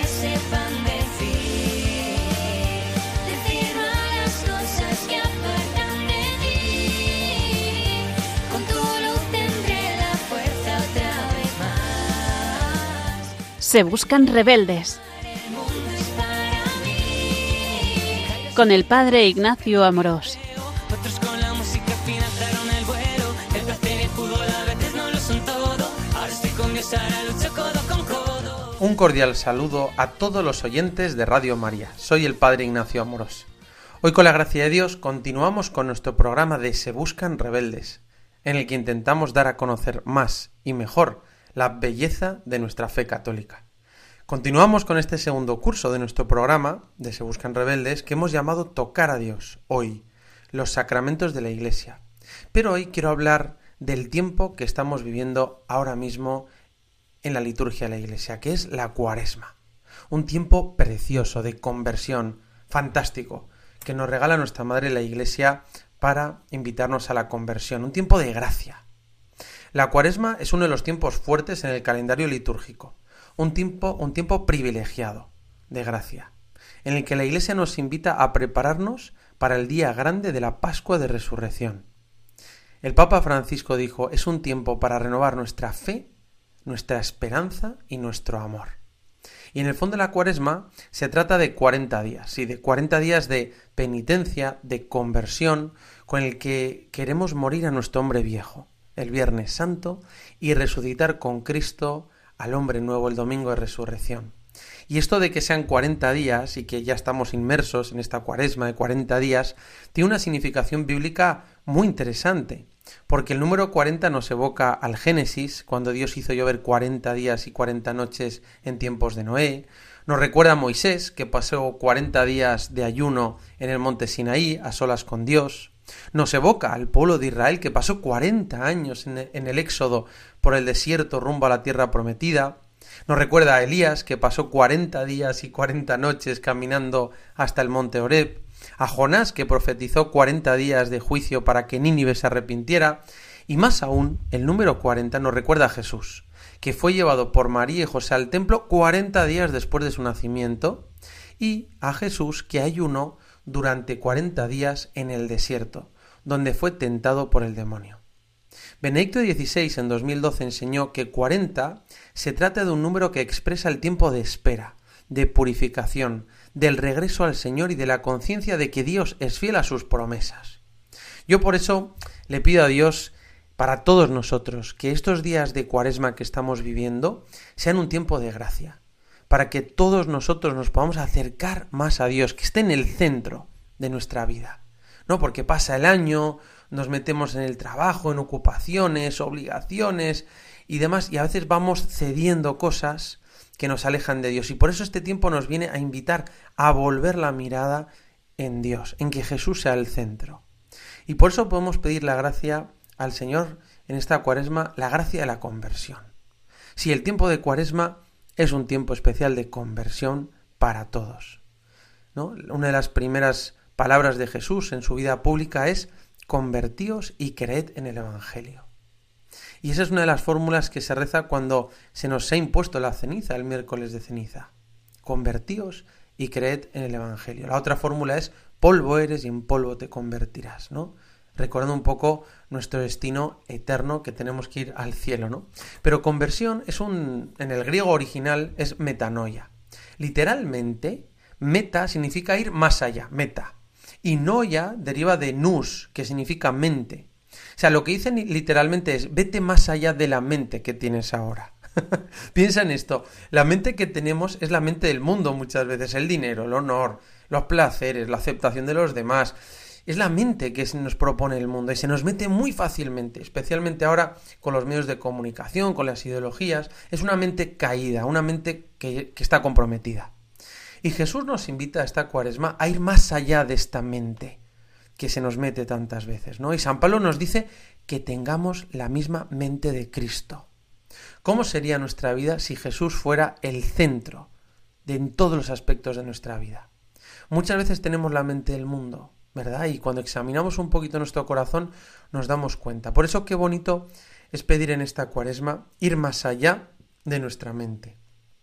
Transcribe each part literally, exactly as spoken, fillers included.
que sepan decir, decir malas cosas que apartan de ti. Con tu luz tendré la fuerza otra vez más. Se buscan rebeldes. El mundo es para mí. Con el padre Ignacio Amorós. Otros con la música financiaron el vuelo. El placer y el fútbol a veces no lo son todo. Ahora estoy con Dios, ahora lucho codo con codo. Un cordial saludo a todos los oyentes de Radio María. Soy el padre Ignacio Amorós. Hoy, con la gracia de Dios, continuamos con nuestro programa de Se buscan rebeldes, en el que intentamos dar a conocer más y mejor la belleza de nuestra fe católica. Continuamos con este segundo curso de nuestro programa de Se buscan rebeldes, que hemos llamado Tocar a Dios hoy, los sacramentos de la Iglesia. Pero hoy quiero hablar del tiempo que estamos viviendo ahora mismo en la liturgia de la Iglesia, que es la Cuaresma. Un tiempo precioso de conversión, fantástico, que nos regala nuestra Madre la Iglesia para invitarnos a la conversión, un tiempo de gracia. La Cuaresma es uno de los tiempos fuertes en el calendario litúrgico, un tiempo, un tiempo privilegiado de gracia, en el que la Iglesia nos invita a prepararnos para el día grande de la Pascua de Resurrección. El Papa Francisco dijo: es un tiempo para renovar nuestra fe, nuestra esperanza y nuestro amor. Y en el fondo de la Cuaresma se trata de cuarenta días, sí, de cuarenta días de penitencia, de conversión, con el que queremos morir a nuestro hombre viejo, el Viernes Santo, y resucitar con Cristo al hombre nuevo el domingo de resurrección. Y esto de que sean cuarenta días y que ya estamos inmersos en esta Cuaresma de cuarenta días, tiene una significación bíblica muy interesante, porque el número cuarenta nos evoca al Génesis, cuando Dios hizo llover cuarenta días y cuarenta noches en tiempos de Noé. Nos recuerda a Moisés, que pasó cuarenta días de ayuno en el monte Sinaí, a solas con Dios. Nos evoca al pueblo de Israel, que pasó cuarenta años en el éxodo por el desierto rumbo a la tierra prometida. Nos recuerda a Elías, que pasó cuarenta días y cuarenta noches caminando hasta el monte Horeb. A Jonás, que profetizó cuarenta días de juicio para que Nínive se arrepintiera. Y más aún, el número cuarenta nos recuerda a Jesús, que fue llevado por María y José al templo cuarenta días después de su nacimiento, y a Jesús, que ayunó durante cuarenta días en el desierto, donde fue tentado por el demonio. Benedicto dieciséis en dos mil doce enseñó que cuarenta se trata de un número que expresa el tiempo de espera, de purificación, del regreso al Señor y de la conciencia de que Dios es fiel a sus promesas. Yo por eso le pido a Dios, para todos nosotros, que estos días de Cuaresma que estamos viviendo sean un tiempo de gracia, para que todos nosotros nos podamos acercar más a Dios, que esté en el centro de nuestra vida. No porque pasa el año, nos metemos en el trabajo, en ocupaciones, obligaciones y demás, y a veces vamos cediendo cosas que nos alejan de Dios. Y por eso este tiempo nos viene a invitar a volver la mirada en Dios, en que Jesús sea el centro. Y por eso podemos pedir la gracia al Señor en esta Cuaresma, la gracia de la conversión. Si el tiempo de Cuaresma es un tiempo especial de conversión para todos, ¿no? Una de las primeras palabras de Jesús en su vida pública es: convertíos y creed en el Evangelio. Y esa es una de las fórmulas que se reza cuando se nos ha impuesto la ceniza, el miércoles de ceniza. Convertíos y creed en el Evangelio. La otra fórmula es: polvo eres y en polvo te convertirás, ¿no? Recordando un poco nuestro destino eterno, que tenemos que ir al cielo, ¿no? Pero conversión es un, en el griego original, es metanoia. Literalmente, meta significa ir más allá, meta. Y noia deriva de nous, que significa mente. O sea, lo que dicen literalmente es: vete más allá de la mente que tienes ahora. Piensa en esto, la mente que tenemos es la mente del mundo muchas veces, el dinero, el honor, los placeres, la aceptación de los demás. Es la mente que se nos propone el mundo y se nos mete muy fácilmente, especialmente ahora con los medios de comunicación, con las ideologías. Es una mente caída, una mente que, que está comprometida. Y Jesús nos invita a esta Cuaresma a ir más allá de esta mente que se nos mete tantas veces, ¿no? Y San Pablo nos dice que tengamos la misma mente de Cristo. ¿Cómo sería nuestra vida si Jesús fuera el centro de en todos los aspectos de nuestra vida? Muchas veces tenemos la mente del mundo, ¿verdad? Y cuando examinamos un poquito nuestro corazón nos damos cuenta. Por eso qué bonito es pedir en esta Cuaresma ir más allá de nuestra mente.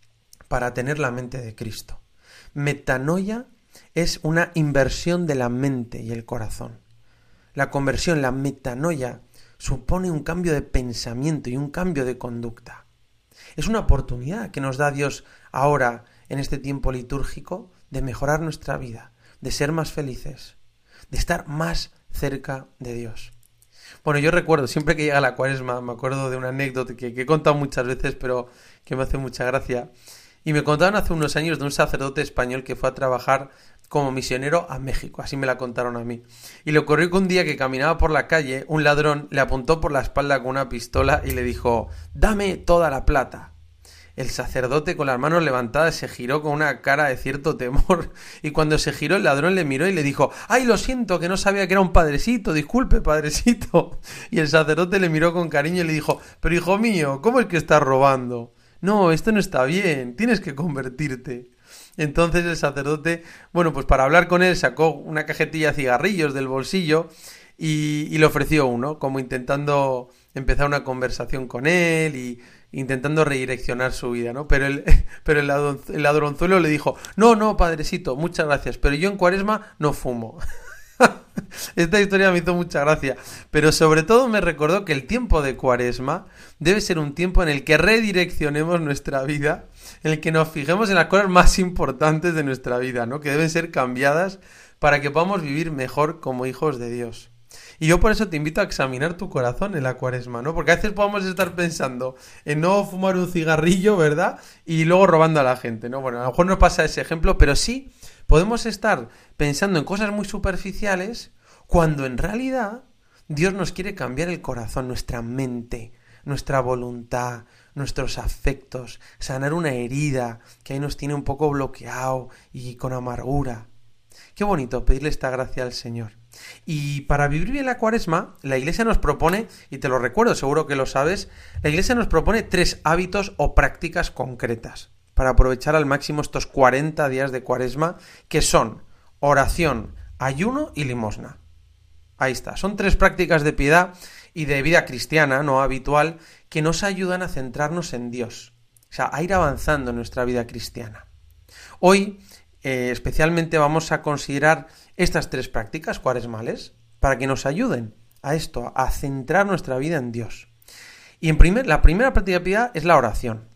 para tener la mente de Cristo. Metanoia es una inversión de la mente y el corazón. La conversión, la metanoia, supone un cambio de pensamiento y un cambio de conducta. Es una oportunidad que nos da Dios ahora, en este tiempo litúrgico, de mejorar nuestra vida, de ser más felices, de estar más cerca de Dios. Bueno, yo recuerdo, siempre que llega la Cuaresma, me acuerdo de una anécdota que, que he contado muchas veces, pero que me hace mucha gracia. Y me contaron hace unos años de un sacerdote español que fue a trabajar como misionero a México, así me la contaron a mí. Y le ocurrió que un día que caminaba por la calle, un ladrón le apuntó por la espalda con una pistola y le dijo: «Dame toda la plata». El sacerdote, con las manos levantadas, se giró con una cara de cierto temor, y cuando se giró el ladrón le miró y le dijo: «Ay, lo siento, que no sabía que era un padrecito, disculpe, padrecito». Y el sacerdote le miró con cariño y le dijo: «Pero hijo mío, ¿cómo es que estás robando? No, esto no está bien, tienes que convertirte». Entonces el sacerdote, bueno, pues para hablar con él sacó una cajetilla de cigarrillos del bolsillo y, y le ofreció uno, como intentando empezar una conversación con él y intentando redireccionar su vida, ¿no? Pero el, pero el, ladron, el ladronzuelo le dijo: «No, no, padrecito, muchas gracias, pero yo en Cuaresma no fumo». Esta historia me hizo mucha gracia, pero sobre todo me recordó que el tiempo de Cuaresma debe ser un tiempo en el que redireccionemos nuestra vida, en el que nos fijemos en las cosas más importantes de nuestra vida, ¿no? Que deben ser cambiadas para que podamos vivir mejor como hijos de Dios. Y yo por eso te invito a examinar tu corazón en la Cuaresma, ¿no? Porque a veces podemos estar pensando en no fumar un cigarrillo, ¿verdad? Y luego robando a la gente, ¿no? Bueno, a lo mejor no pasa ese ejemplo, pero sí podemos estar pensando en cosas muy superficiales cuando en realidad Dios nos quiere cambiar el corazón, nuestra mente, nuestra voluntad, nuestros afectos, sanar una herida que ahí nos tiene un poco bloqueado y con amargura. Qué bonito pedirle esta gracia al Señor. Y para vivir bien la Cuaresma, la Iglesia nos propone, y te lo recuerdo, seguro que lo sabes, la Iglesia nos propone tres hábitos o prácticas concretas para aprovechar al máximo estos cuarenta días de Cuaresma, que son oración, ayuno y limosna. Ahí está, son tres prácticas de piedad y de vida cristiana, no habitual, que nos ayudan a centrarnos en Dios, o sea, a ir avanzando en nuestra vida cristiana. Hoy, eh, especialmente vamos a considerar estas tres prácticas cuaresmales para que nos ayuden a esto, a centrar nuestra vida en Dios. Y en primer, la primera práctica de piedad es la oración.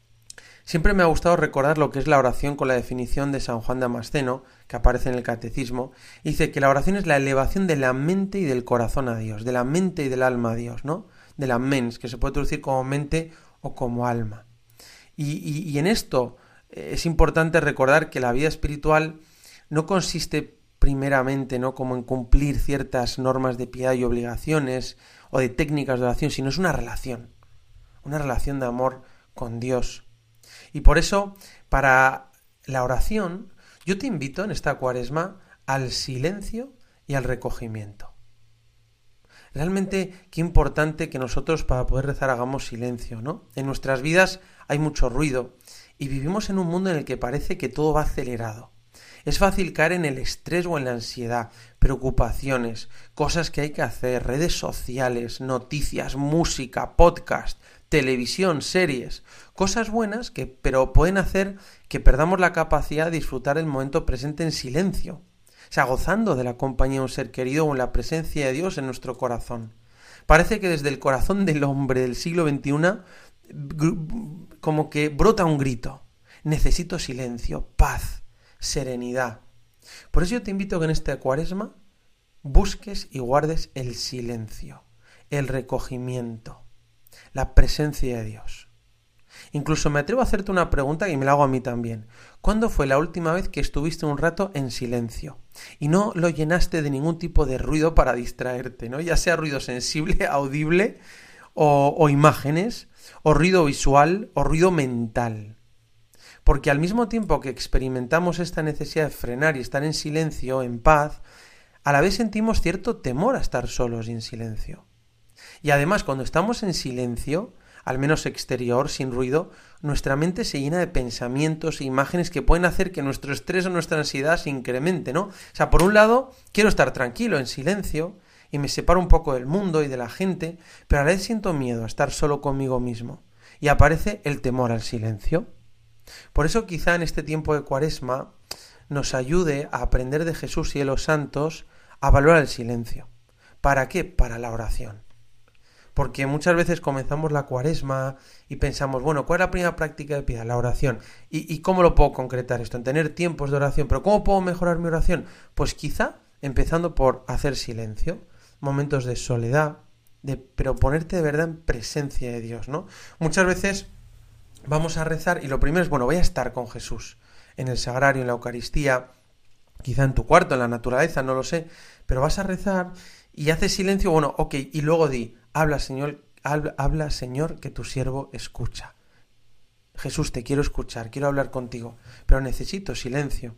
Siempre me ha gustado recordar lo que es la oración con la definición de San Juan Damasceno, que aparece en el Catecismo. Dice que la oración es la elevación de la mente y del corazón a Dios, de la mente y del alma a Dios, ¿no? De la mens, que se puede traducir como mente o como alma. Y, y, y en esto eh, es importante recordar que la vida espiritual no consiste primeramente, ¿no?, como en cumplir ciertas normas de piedad y obligaciones o de técnicas de oración, sino es una relación, una relación de amor con Dios. Y por eso, para la oración, yo te invito en esta Cuaresma al silencio y al recogimiento. Realmente, qué importante que nosotros para poder rezar hagamos silencio, ¿no? En nuestras vidas hay mucho ruido y vivimos en un mundo en el que parece que todo va acelerado. Es fácil caer en el estrés o en la ansiedad, preocupaciones, cosas que hay que hacer, redes sociales, noticias, música, podcast, televisión, series, cosas buenas que pero pueden hacer que perdamos la capacidad de disfrutar el momento presente en silencio, o sea, gozando de la compañía de un ser querido o en la presencia de Dios en nuestro corazón. Parece que desde el corazón del hombre del siglo veintiuno como que brota un grito: necesito silencio, paz, serenidad. Por eso yo te invito a que en esta Cuaresma busques y guardes el silencio, el recogimiento, la presencia de Dios. Incluso me atrevo a hacerte una pregunta y me la hago a mí también. ¿Cuándo fue la última vez que estuviste un rato en silencio y no lo llenaste de ningún tipo de ruido para distraerte, ¿no? Ya sea ruido sensible, audible, o, o imágenes, o ruido visual, o ruido mental? Porque al mismo tiempo que experimentamos esta necesidad de frenar y estar en silencio, en paz, a la vez sentimos cierto temor a estar solos y en silencio. Y además, cuando estamos en silencio, al menos exterior, sin ruido, nuestra mente se llena de pensamientos e imágenes que pueden hacer que nuestro estrés o nuestra ansiedad se incremente, ¿no? O sea, por un lado, quiero estar tranquilo, en silencio, y me separo un poco del mundo y de la gente, pero a la vez siento miedo a estar solo conmigo mismo. Y aparece el temor al silencio. Por eso quizá en este tiempo de Cuaresma nos ayude a aprender de Jesús y de los santos a valorar el silencio. ¿Para qué? Para la oración. Porque muchas veces comenzamos la Cuaresma y pensamos, bueno, ¿cuál es la primera práctica de piedad? La oración. ¿Y, y cómo lo puedo concretar esto? En tener tiempos de oración. ¿Pero cómo puedo mejorar mi oración? Pues quizá empezando por hacer silencio, momentos de soledad, de, pero ponerte de verdad en presencia de Dios, ¿no? Muchas veces vamos a rezar y lo primero es, bueno, voy a estar con Jesús en el sagrario, en la Eucaristía, quizá en tu cuarto, en la naturaleza, no lo sé, pero vas a rezar y haces silencio, bueno, ok, y luego di, habla Señor, habla, habla Señor, que tu siervo escucha. Jesús, te quiero escuchar, quiero hablar contigo, pero necesito silencio.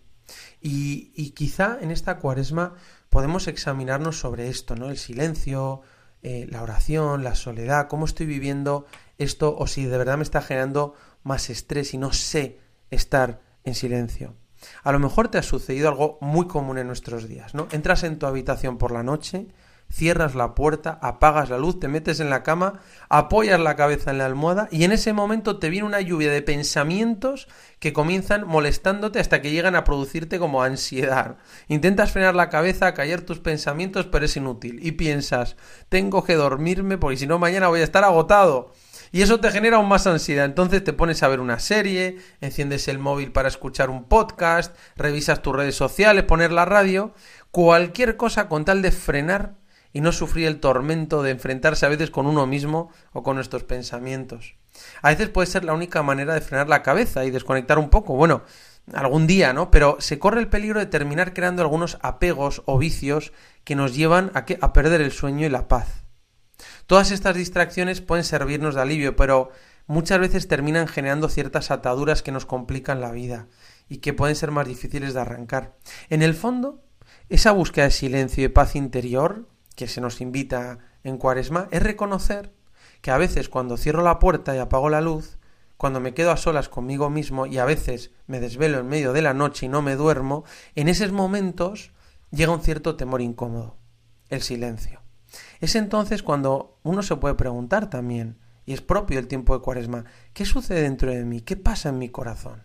Y, y quizá en esta Cuaresma podemos examinarnos sobre esto, ¿no? El silencio, eh, la oración, la soledad, cómo estoy viviendo esto o si de verdad me está generando más estrés y no sé estar en silencio. A lo mejor te ha sucedido algo muy común en nuestros días, ¿no? Entras en tu habitación por la noche, cierras la puerta, apagas la luz, te metes en la cama, apoyas la cabeza en la almohada y en ese momento te viene una lluvia de pensamientos que comienzan molestándote hasta que llegan a producirte como ansiedad. Intentas frenar la cabeza, callar tus pensamientos, pero es inútil. Y piensas, tengo que dormirme porque si no mañana voy a estar agotado. Y eso te genera aún más ansiedad. Entonces te pones a ver una serie, enciendes el móvil para escuchar un podcast, revisas tus redes sociales, poner la radio, cualquier cosa con tal de frenar y no sufrir el tormento de enfrentarse a veces con uno mismo o con nuestros pensamientos. A veces puede ser la única manera de frenar la cabeza y desconectar un poco. Bueno, algún día, ¿no? Pero se corre el peligro de terminar creando algunos apegos o vicios que nos llevan a, ¿qué? a perder el sueño y la paz. Todas estas distracciones pueden servirnos de alivio, pero muchas veces terminan generando ciertas ataduras que nos complican la vida y que pueden ser más difíciles de arrancar. En el fondo, esa búsqueda de silencio y de paz interior que se nos invita en Cuaresma es reconocer que a veces cuando cierro la puerta y apago la luz, cuando me quedo a solas conmigo mismo y a veces me desvelo en medio de la noche y no me duermo, en esos momentos llega un cierto temor incómodo, el silencio. Es entonces cuando uno se puede preguntar también, y es propio el tiempo de Cuaresma, ¿qué sucede dentro de mí? ¿Qué pasa en mi corazón?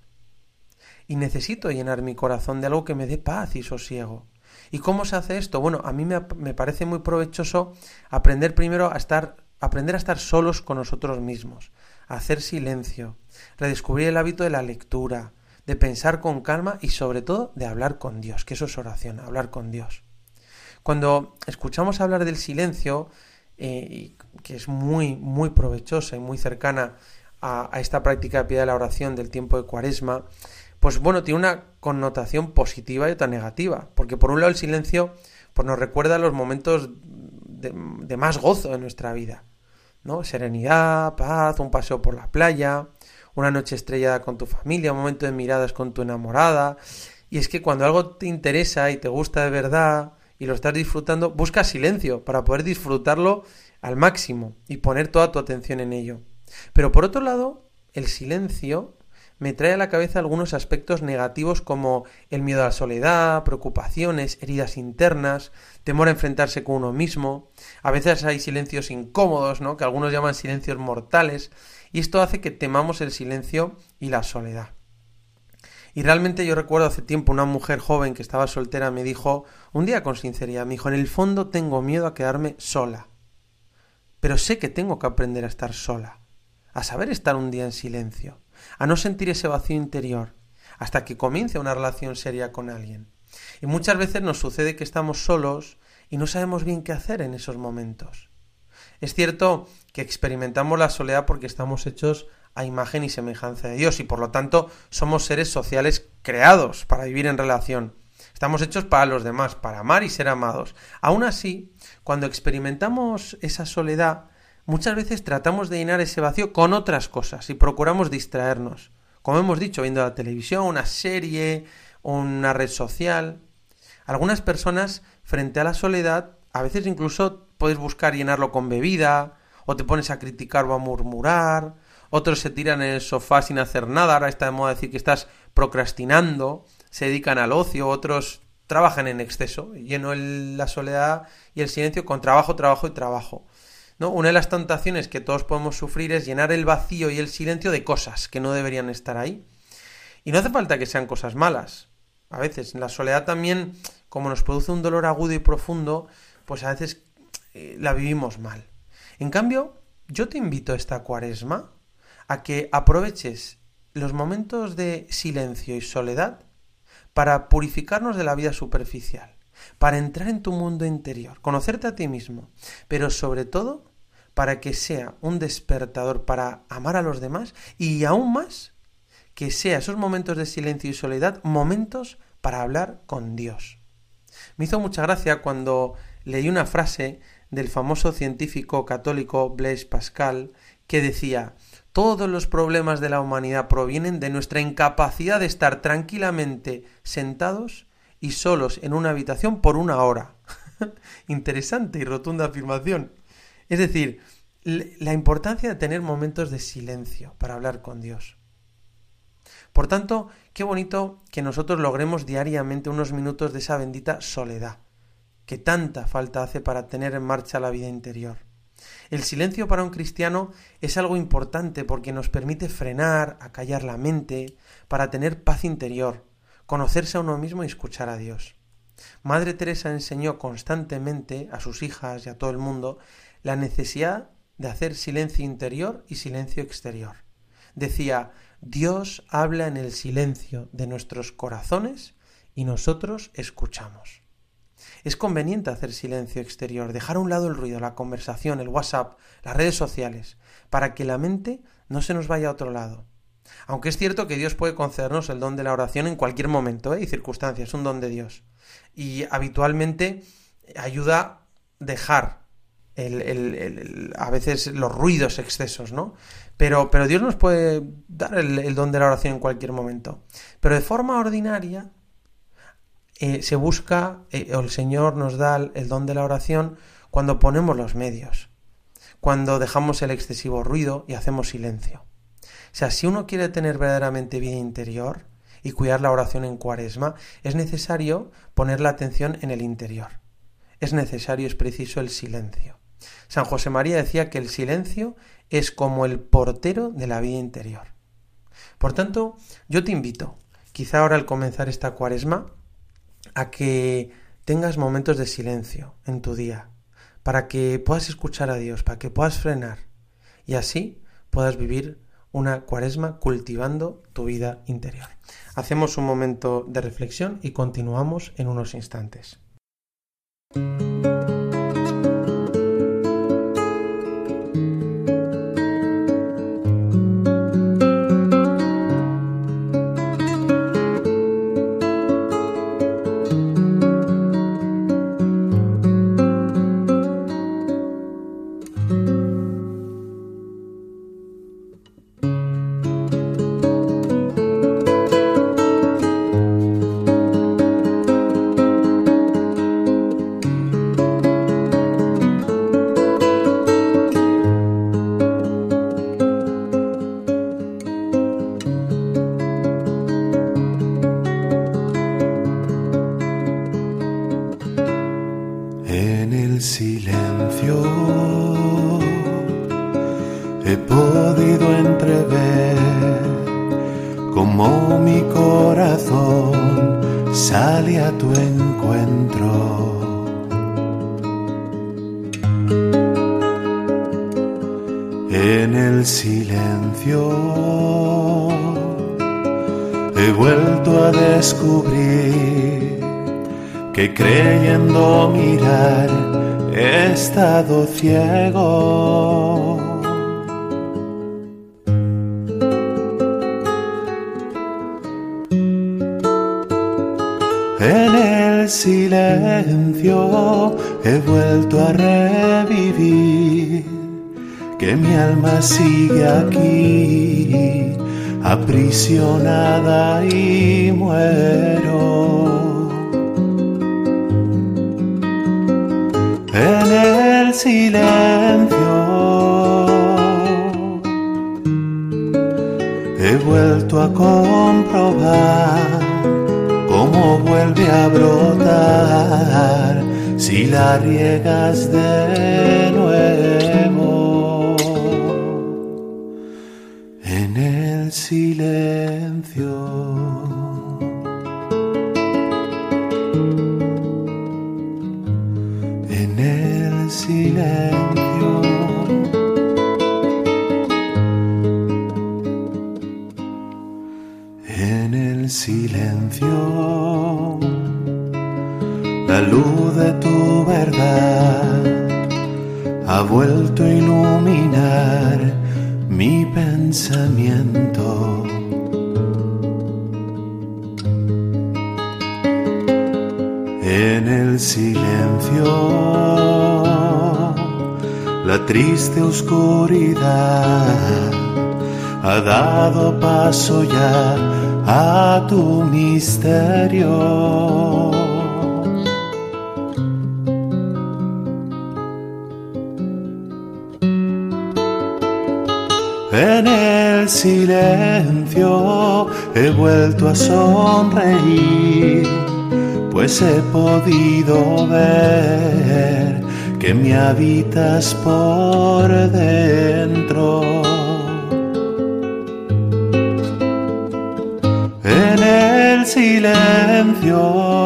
Y necesito llenar mi corazón de algo que me dé paz y sosiego. ¿Y cómo se hace esto? Bueno, a mí me, me parece muy provechoso aprender primero a estar, aprender a estar solos con nosotros mismos, a hacer silencio, redescubrir el hábito de la lectura, de pensar con calma y sobre todo de hablar con Dios, que eso es oración, hablar con Dios. Cuando escuchamos hablar del silencio, eh, que es muy, muy provechosa y muy cercana a, a esta práctica de piedad de la oración del tiempo de Cuaresma, pues bueno, tiene una connotación positiva y otra negativa, porque por un lado el silencio pues nos recuerda los momentos de, de más gozo de nuestra vida, ¿no? Serenidad, paz, un paseo por la playa, una noche estrellada con tu familia, un momento de miradas con tu enamorada. Y es que cuando algo te interesa y te gusta de verdad y lo estás disfrutando, busca silencio para poder disfrutarlo al máximo y poner toda tu atención en ello. Pero por otro lado, el silencio me trae a la cabeza algunos aspectos negativos como el miedo a la soledad, preocupaciones, heridas internas, temor a enfrentarse con uno mismo. A veces hay silencios incómodos, ¿no? Que algunos llaman silencios mortales, y esto hace que temamos el silencio y la soledad. Y realmente yo recuerdo hace tiempo una mujer joven que estaba soltera me dijo, un día con sinceridad, me dijo, en el fondo tengo miedo a quedarme sola, pero sé que tengo que aprender a estar sola, a saber estar un día en silencio, a no sentir ese vacío interior, hasta que comience una relación seria con alguien. Y muchas veces nos sucede que estamos solos y no sabemos bien qué hacer en esos momentos. Es cierto que experimentamos la soledad porque estamos hechos a imagen y semejanza de Dios y por lo tanto somos seres sociales creados para vivir en relación. Estamos hechos para los demás, para amar y ser amados. Aún así, cuando experimentamos esa soledad, muchas veces tratamos de llenar ese vacío con otras cosas y procuramos distraernos. Como hemos dicho, viendo la televisión, una serie, una red social. Algunas personas, frente a la soledad, a veces incluso puedes buscar llenarlo con bebida, o te pones a criticar o a murmurar. Otros se tiran en el sofá sin hacer nada. Ahora está de moda decir que estás procrastinando. Se dedican al ocio. Otros trabajan en exceso. Lleno el, la soledad y el silencio con trabajo, trabajo y trabajo. ¿No? Una de las tentaciones que todos podemos sufrir es llenar el vacío y el silencio de cosas que no deberían estar ahí. Y no hace falta que sean cosas malas. A veces la soledad también, como nos produce un dolor agudo y profundo, pues a veces eh, la vivimos mal. En cambio, yo te invito esta Cuaresma a que aproveches los momentos de silencio y soledad para purificarnos de la vida superficial, para entrar en tu mundo interior, conocerte a ti mismo, pero sobre todo para que sea un despertador para amar a los demás y aún más que sea esos momentos de silencio y soledad momentos para hablar con Dios. Me hizo mucha gracia cuando leí una frase del famoso científico católico Blaise Pascal que decía: todos los problemas de la humanidad provienen de nuestra incapacidad de estar tranquilamente sentados y solos en una habitación por una hora. Interesante y rotunda afirmación. Es decir, la importancia de tener momentos de silencio para hablar con Dios. Por tanto, qué bonito que nosotros logremos diariamente unos minutos de esa bendita soledad, que tanta falta hace para tener en marcha la vida interior. El silencio para un cristiano es algo importante porque nos permite frenar, acallar la mente, para tener paz interior, conocerse a uno mismo y escuchar a Dios. Madre Teresa enseñó constantemente a sus hijas y a todo el mundo la necesidad de hacer silencio interior y silencio exterior. Decía: Dios habla en el silencio de nuestros corazones y nosotros escuchamos. Es conveniente hacer silencio exterior, dejar a un lado el ruido, la conversación, el WhatsApp, las redes sociales, para que la mente no se nos vaya a otro lado. Aunque es cierto que Dios puede concedernos el don de la oración en cualquier momento ¿eh? y circunstancia, es un don de Dios. Y habitualmente ayuda a dejar el, el, el, el, a veces los ruidos excesos, ¿no? Pero, pero Dios nos puede dar el, el don de la oración en cualquier momento. Pero de forma ordinaria eh, se busca, eh, o el Señor nos da el, el don de la oración cuando ponemos los medios, cuando dejamos el excesivo ruido y hacemos silencio. O sea, si uno quiere tener verdaderamente vida interior y cuidar la oración en Cuaresma, es necesario poner la atención en el interior. Es necesario, es preciso el silencio. San José María decía que el silencio es como el portero de la vida interior. Por tanto, yo te invito, quizá ahora al comenzar esta Cuaresma, a que tengas momentos de silencio en tu día, para que puedas escuchar a Dios, para que puedas frenar y así puedas vivir una Cuaresma cultivando tu vida interior. Hacemos un momento de reflexión y continuamos en unos instantes. he podido entrever cómo mi corazón sale a tu encuentro. En el silencio he vuelto a descubrir que creyendo mirar he estado ciego. En el silencio he vuelto a revivir que mi alma sigue aquí, aprisionada y muero. En el silencio he vuelto a comprobar cómo vuelve a brotar si la riegas de nuevo. En el silencio. En el silencio. En el silencio. La luz de tu verdad ha vuelto a iluminar mi pensamiento. En el silencio, la triste oscuridad ha dado paso ya a tu misterio. En el silencio he vuelto a sonreír, pues he podido ver que me habitas por dentro. En el silencio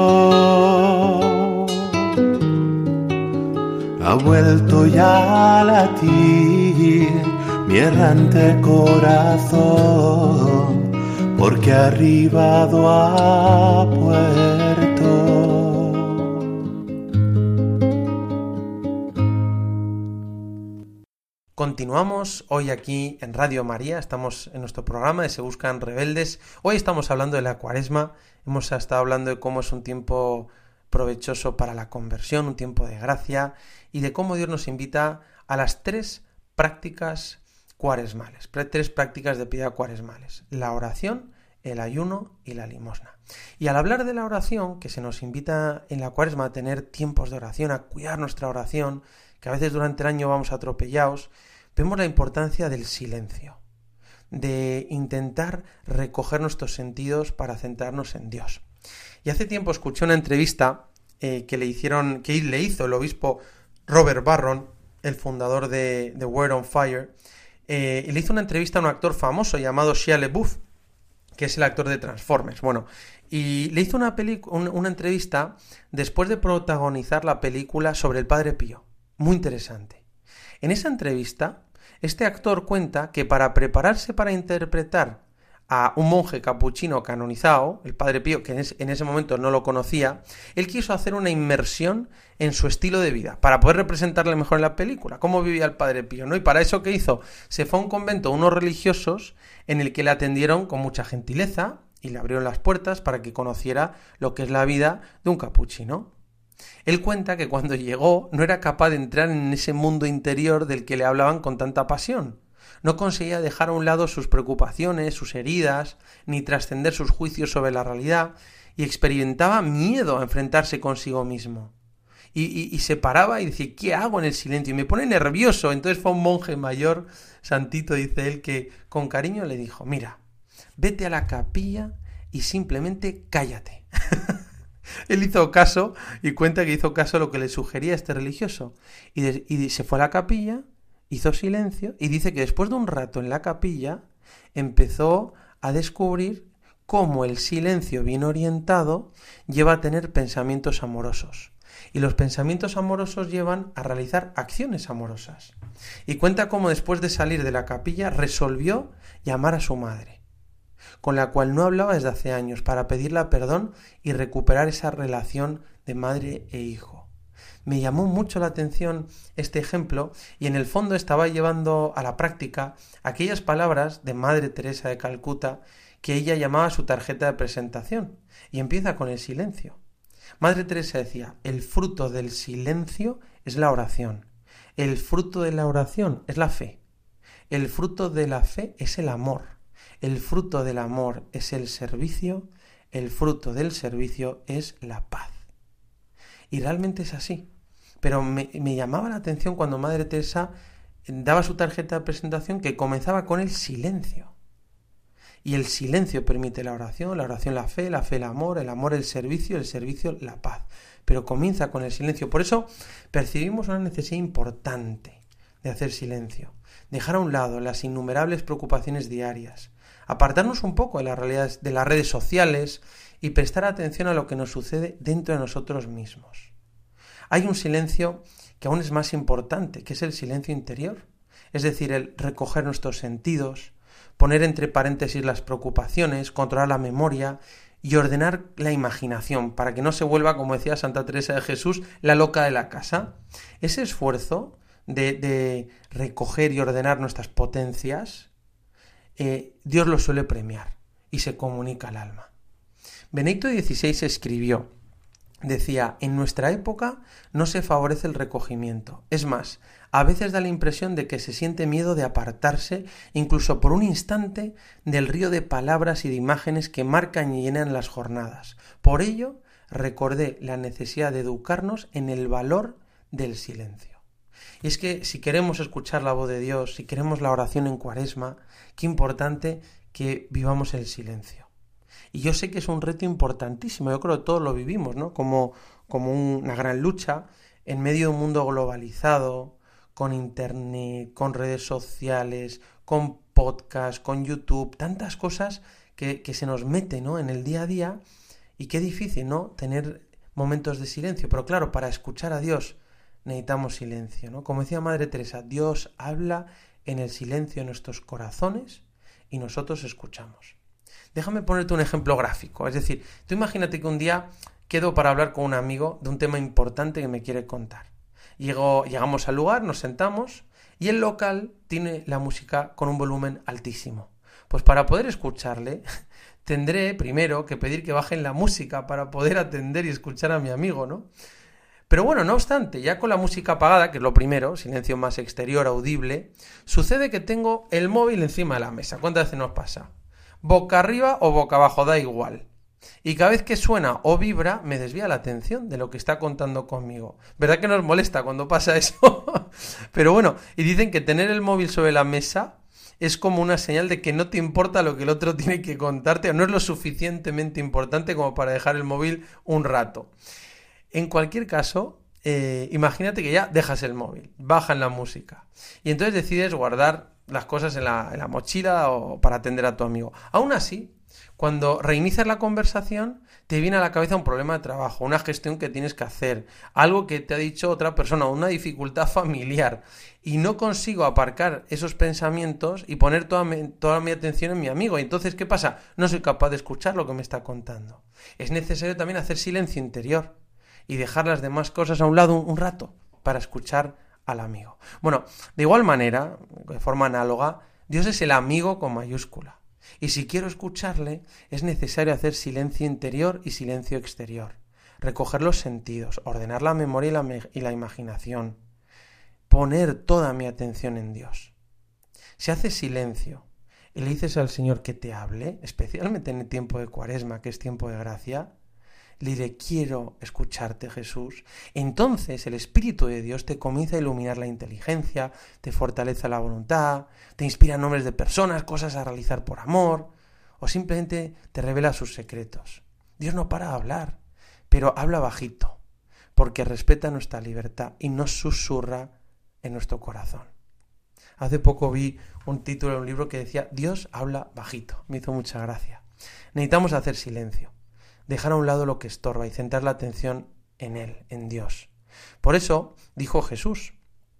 ha vuelto ya a latir mi errante corazón, porque ha arribado a puerto. Continuamos hoy aquí en Radio María, estamos en nuestro programa de Se Buscan Rebeldes. Hoy estamos hablando de la Cuaresma, hemos estado hablando de cómo es un tiempo provechoso para la conversión, un tiempo de gracia, y de cómo Dios nos invita a las tres prácticas cuaresmales, tres prácticas de piedad cuaresmales: la oración, el ayuno y la limosna. Y al hablar de la oración, que se nos invita en la Cuaresma a tener tiempos de oración, a cuidar nuestra oración, que a veces durante el año vamos atropellados, vemos la importancia del silencio, de intentar recoger nuestros sentidos para centrarnos en Dios. Y hace tiempo escuché una entrevista eh, que le hicieron, que le hizo el obispo Robert Barron, el fundador de, de Word on Fire. Eh, y le hizo una entrevista a un actor famoso llamado Shia LaBeouf, que es el actor de Transformers. Bueno, y le hizo una, pelic- una, una entrevista después de protagonizar la película sobre el Padre Pío. Muy interesante. En esa entrevista, este actor cuenta que para prepararse para interpretar a un monje capuchino canonizado, el Padre Pío, que en, es, en ese momento no lo conocía, él quiso hacer una inmersión en su estilo de vida, para poder representarle mejor en la película, cómo vivía el Padre Pío, ¿no? Y para eso, ¿qué hizo? Se fue a un convento, unos religiosos, en el que le atendieron con mucha gentileza y le abrieron las puertas para que conociera lo que es la vida de un capuchino. Él cuenta que cuando llegó no era capaz de entrar en ese mundo interior del que le hablaban con tanta pasión. No conseguía dejar a un lado sus preocupaciones, sus heridas, ni trascender sus juicios sobre la realidad, y experimentaba miedo a enfrentarse consigo mismo. Y, y, y se paraba y decía, ¿qué hago en el silencio? Y me pone nervioso. Entonces fue un monje mayor, santito, dice él, que con cariño le dijo, mira, vete a la capilla y simplemente cállate. Él hizo caso y cuenta que hizo caso a lo que le sugería este religioso. Y, de, y se fue a la capilla, hizo silencio y dice que después de un rato en la capilla empezó a descubrir cómo el silencio bien orientado lleva a tener pensamientos amorosos. Y los pensamientos amorosos llevan a realizar acciones amorosas. Y cuenta cómo después de salir de la capilla resolvió llamar a su madre, con la cual no hablaba desde hace años, para pedirle perdón y recuperar esa relación de madre e hijo. Me llamó mucho la atención este ejemplo y en el fondo estaba llevando a la práctica aquellas palabras de Madre Teresa de Calcuta que ella llamaba su tarjeta de presentación, y empieza con el silencio. Madre Teresa decía, el fruto del silencio es la oración, el fruto de la oración es la fe, el fruto de la fe es el amor, el fruto del amor es el servicio, el fruto del servicio es la paz. Y realmente es así. Pero me, me llamaba la atención cuando Madre Teresa daba su tarjeta de presentación que comenzaba con el silencio. Y el silencio permite la oración, la oración la fe, la fe el amor, el amor el servicio, el servicio la paz. Pero comienza con el silencio. Por eso percibimos una necesidad importante de hacer silencio. Dejar a un lado las innumerables preocupaciones diarias. apartarnos un poco de las realidades de las redes sociales y prestar atención a lo que nos sucede dentro de nosotros mismos. Hay un silencio que aún es más importante, que es el silencio interior, es decir, el recoger nuestros sentidos, poner entre paréntesis las preocupaciones, controlar la memoria y ordenar la imaginación para que no se vuelva, como decía Santa Teresa de Jesús, la loca de la casa. Ese esfuerzo de, de recoger y ordenar nuestras potencias, eh, Dios lo suele premiar y se comunica al alma. Benedicto dieciséis escribió, decía, en nuestra época no se favorece el recogimiento. Es más, a veces da la impresión de que se siente miedo de apartarse, incluso por un instante, del río de palabras y de imágenes que marcan y llenan las jornadas. Por ello, recordé la necesidad de educarnos en el valor del silencio. Y es que si queremos escuchar la voz de Dios, si queremos la oración en Cuaresma, qué importante que vivamos el silencio. Y yo sé que es un reto importantísimo, yo creo que todos lo vivimos, ¿no? Como, como una gran lucha en medio de un mundo globalizado, con internet, con redes sociales, con podcast, con YouTube, tantas cosas que, que se nos meten, ¿no?, en el día a día, y qué difícil, ¿no?, tener momentos de silencio. Pero claro, para escuchar a Dios necesitamos silencio, ¿no? Como decía Madre Teresa, Dios habla en el silencio de nuestros corazones y nosotros escuchamos. Déjame ponerte un ejemplo gráfico, es decir, tú imagínate que un día quedo para hablar con un amigo de un tema importante que me quiere contar. Llego, llegamos al lugar, nos sentamos y el local tiene la música con un volumen altísimo. Pues para poder escucharle tendré primero que pedir que bajen la música para poder atender y escuchar a mi amigo, ¿no? Pero bueno, no obstante, ya con la música apagada, que es lo primero, silencio más exterior, audible, sucede que tengo el móvil encima de la mesa. ¿Cuántas veces nos pasa? Boca arriba o boca abajo, da igual. Y cada vez que suena o vibra, me desvía la atención de lo que está contando conmigo. ¿Verdad que nos molesta cuando pasa eso? Pero bueno, y dicen que tener el móvil sobre la mesa es como una señal de que no te importa lo que el otro tiene que contarte, o no es lo suficientemente importante como para dejar el móvil un rato. En cualquier caso, eh, imagínate que ya dejas el móvil, bajan la música, y entonces decides guardar las cosas en la, en la mochila o para atender a tu amigo. Aún así, cuando reinicias la conversación, te viene a la cabeza un problema de trabajo, una gestión que tienes que hacer, algo que te ha dicho otra persona, una dificultad familiar, y no consigo aparcar esos pensamientos y poner toda mi, toda mi atención en mi amigo. Y entonces, ¿qué pasa? No soy capaz de escuchar lo que me está contando. Es necesario también hacer silencio interior y dejar las demás cosas a un lado un, un rato para escuchar al amigo. Bueno, de igual manera, de forma análoga, Dios es el amigo con mayúscula. Y si quiero escucharle, es necesario hacer silencio interior y silencio exterior. Recoger los sentidos, ordenar la memoria y la, me- y la imaginación. Poner toda mi atención en Dios. Si haces silencio y le dices al Señor que te hable, especialmente en el tiempo de Cuaresma, que es tiempo de gracia, le diré, quiero escucharte, Jesús. Entonces el Espíritu de Dios te comienza a iluminar la inteligencia, te fortalece la voluntad, te inspira nombres de personas, cosas a realizar por amor, o simplemente te revela sus secretos. Dios no para de hablar, pero habla bajito, porque respeta nuestra libertad y nos susurra en nuestro corazón. Hace poco vi un título de un libro que decía, Dios habla bajito. Me hizo mucha gracia. Necesitamos hacer silencio. Dejar a un lado lo que estorba y centrar la atención en Él, en Dios. Por eso dijo Jesús,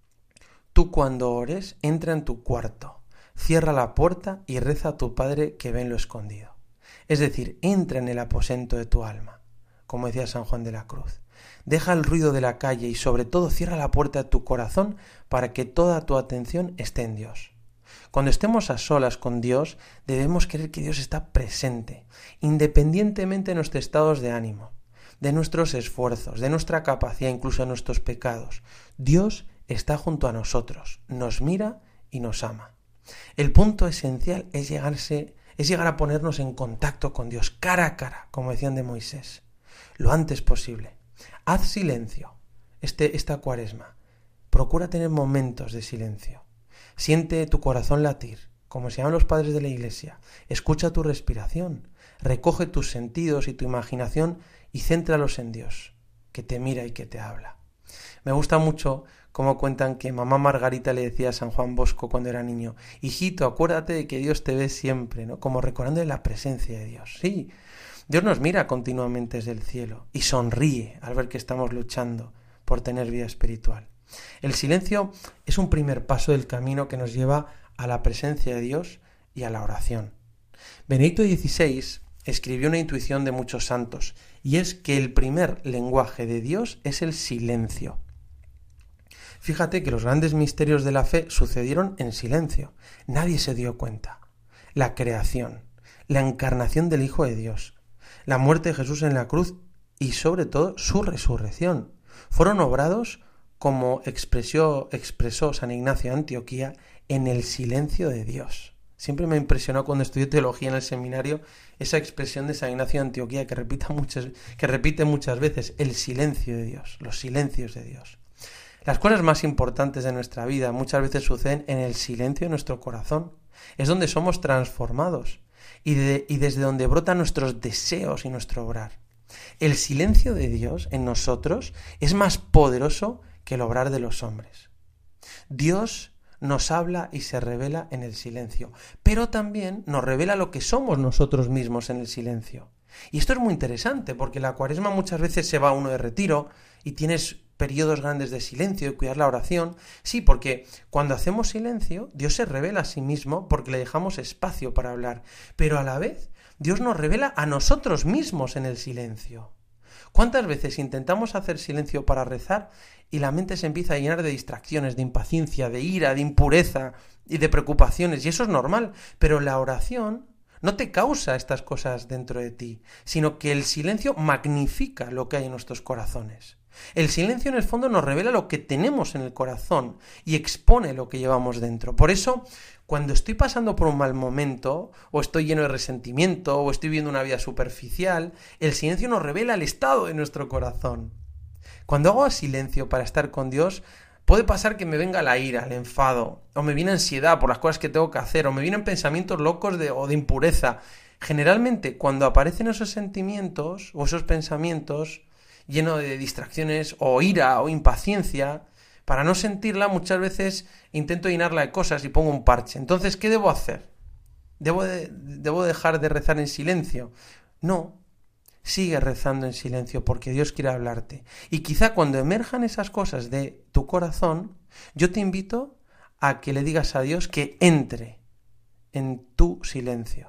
tú cuando ores, entra en tu cuarto, cierra la puerta y reza a tu Padre que ve en lo escondido. Es decir, entra en el aposento de tu alma, como decía San Juan de la Cruz. Deja el ruido de la calle y sobre todo cierra la puerta de tu corazón para que toda tu atención esté en Dios. Cuando estemos a solas con Dios, debemos creer que Dios está presente, independientemente de nuestros estados de ánimo, de nuestros esfuerzos, de nuestra capacidad, incluso de nuestros pecados. Dios está junto a nosotros, nos mira y nos ama. El punto esencial es, llegarse, es llegar a ponernos en contacto con Dios, cara a cara, como decían de Moisés, lo antes posible. Haz silencio este, esta Cuaresma. Procura tener momentos de silencio. Siente tu corazón latir, como se llaman los padres de la Iglesia. Escucha tu respiración, recoge tus sentidos y tu imaginación y céntralos en Dios, que te mira y que te habla. Me gusta mucho como cuentan que mamá Margarita le decía a San Juan Bosco cuando era niño: hijito, acuérdate de que Dios te ve siempre, ¿no? Como recordando la presencia de Dios. Sí, Dios nos mira continuamente desde el cielo y sonríe al ver que estamos luchando por tener vida espiritual. El silencio es un primer paso del camino que nos lleva a la presencia de Dios y a la oración. Benedicto dieciséis escribió una intuición de muchos santos, y es que el primer lenguaje de Dios es el silencio. Fíjate que los grandes misterios de la fe sucedieron en silencio. Nadie se dio cuenta. La creación, la encarnación del Hijo de Dios, la muerte de Jesús en la cruz y sobre todo su resurrección fueron obrados, como expresó, expresó San Ignacio de Antioquía, en el silencio de Dios. Siempre me impresionó cuando estudié teología en el seminario esa expresión de San Ignacio de Antioquía que, repita muchas, que repite muchas veces: el silencio de Dios, los silencios de Dios. Las cosas más importantes de nuestra vida muchas veces suceden en el silencio de nuestro corazón. Es donde somos transformados y, de, y desde donde brotan nuestros deseos y nuestro obrar. El silencio de Dios en nosotros es más poderoso que el obrar de los hombres. Dios nos habla y se revela en el silencio, pero también nos revela lo que somos nosotros mismos en el silencio. Y esto es muy interesante, porque la Cuaresma muchas veces se va uno de retiro y tienes periodos grandes de silencio y cuidar la oración. Sí, porque cuando hacemos silencio, Dios se revela a sí mismo porque le dejamos espacio para hablar, pero a la vez Dios nos revela a nosotros mismos en el silencio. ¿Cuántas veces intentamos hacer silencio para rezar y la mente se empieza a llenar de distracciones, de impaciencia, de ira, de impureza y de preocupaciones? Y eso es normal, pero la oración no te causa estas cosas dentro de ti, sino que el silencio magnifica lo que hay en nuestros corazones. El silencio en el fondo nos revela lo que tenemos en el corazón y expone lo que llevamos dentro. Por eso, cuando estoy pasando por un mal momento, o estoy lleno de resentimiento, o estoy viviendo una vida superficial, el silencio nos revela el estado de nuestro corazón. Cuando hago silencio para estar con Dios, puede pasar que me venga la ira, el enfado, o me viene ansiedad por las cosas que tengo que hacer, o me vienen pensamientos locos de, o de impureza. Generalmente, cuando aparecen esos sentimientos o esos pensamientos lleno de distracciones o ira o impaciencia, para no sentirla muchas veces intento llenarla de cosas y pongo un parche. Entonces, ¿qué debo hacer? ¿Debo, de, ¿Debo dejar de rezar en silencio? No, sigue rezando en silencio porque Dios quiere hablarte. Y quizá cuando emerjan esas cosas de tu corazón, yo te invito a que le digas a Dios que entre en tu silencio.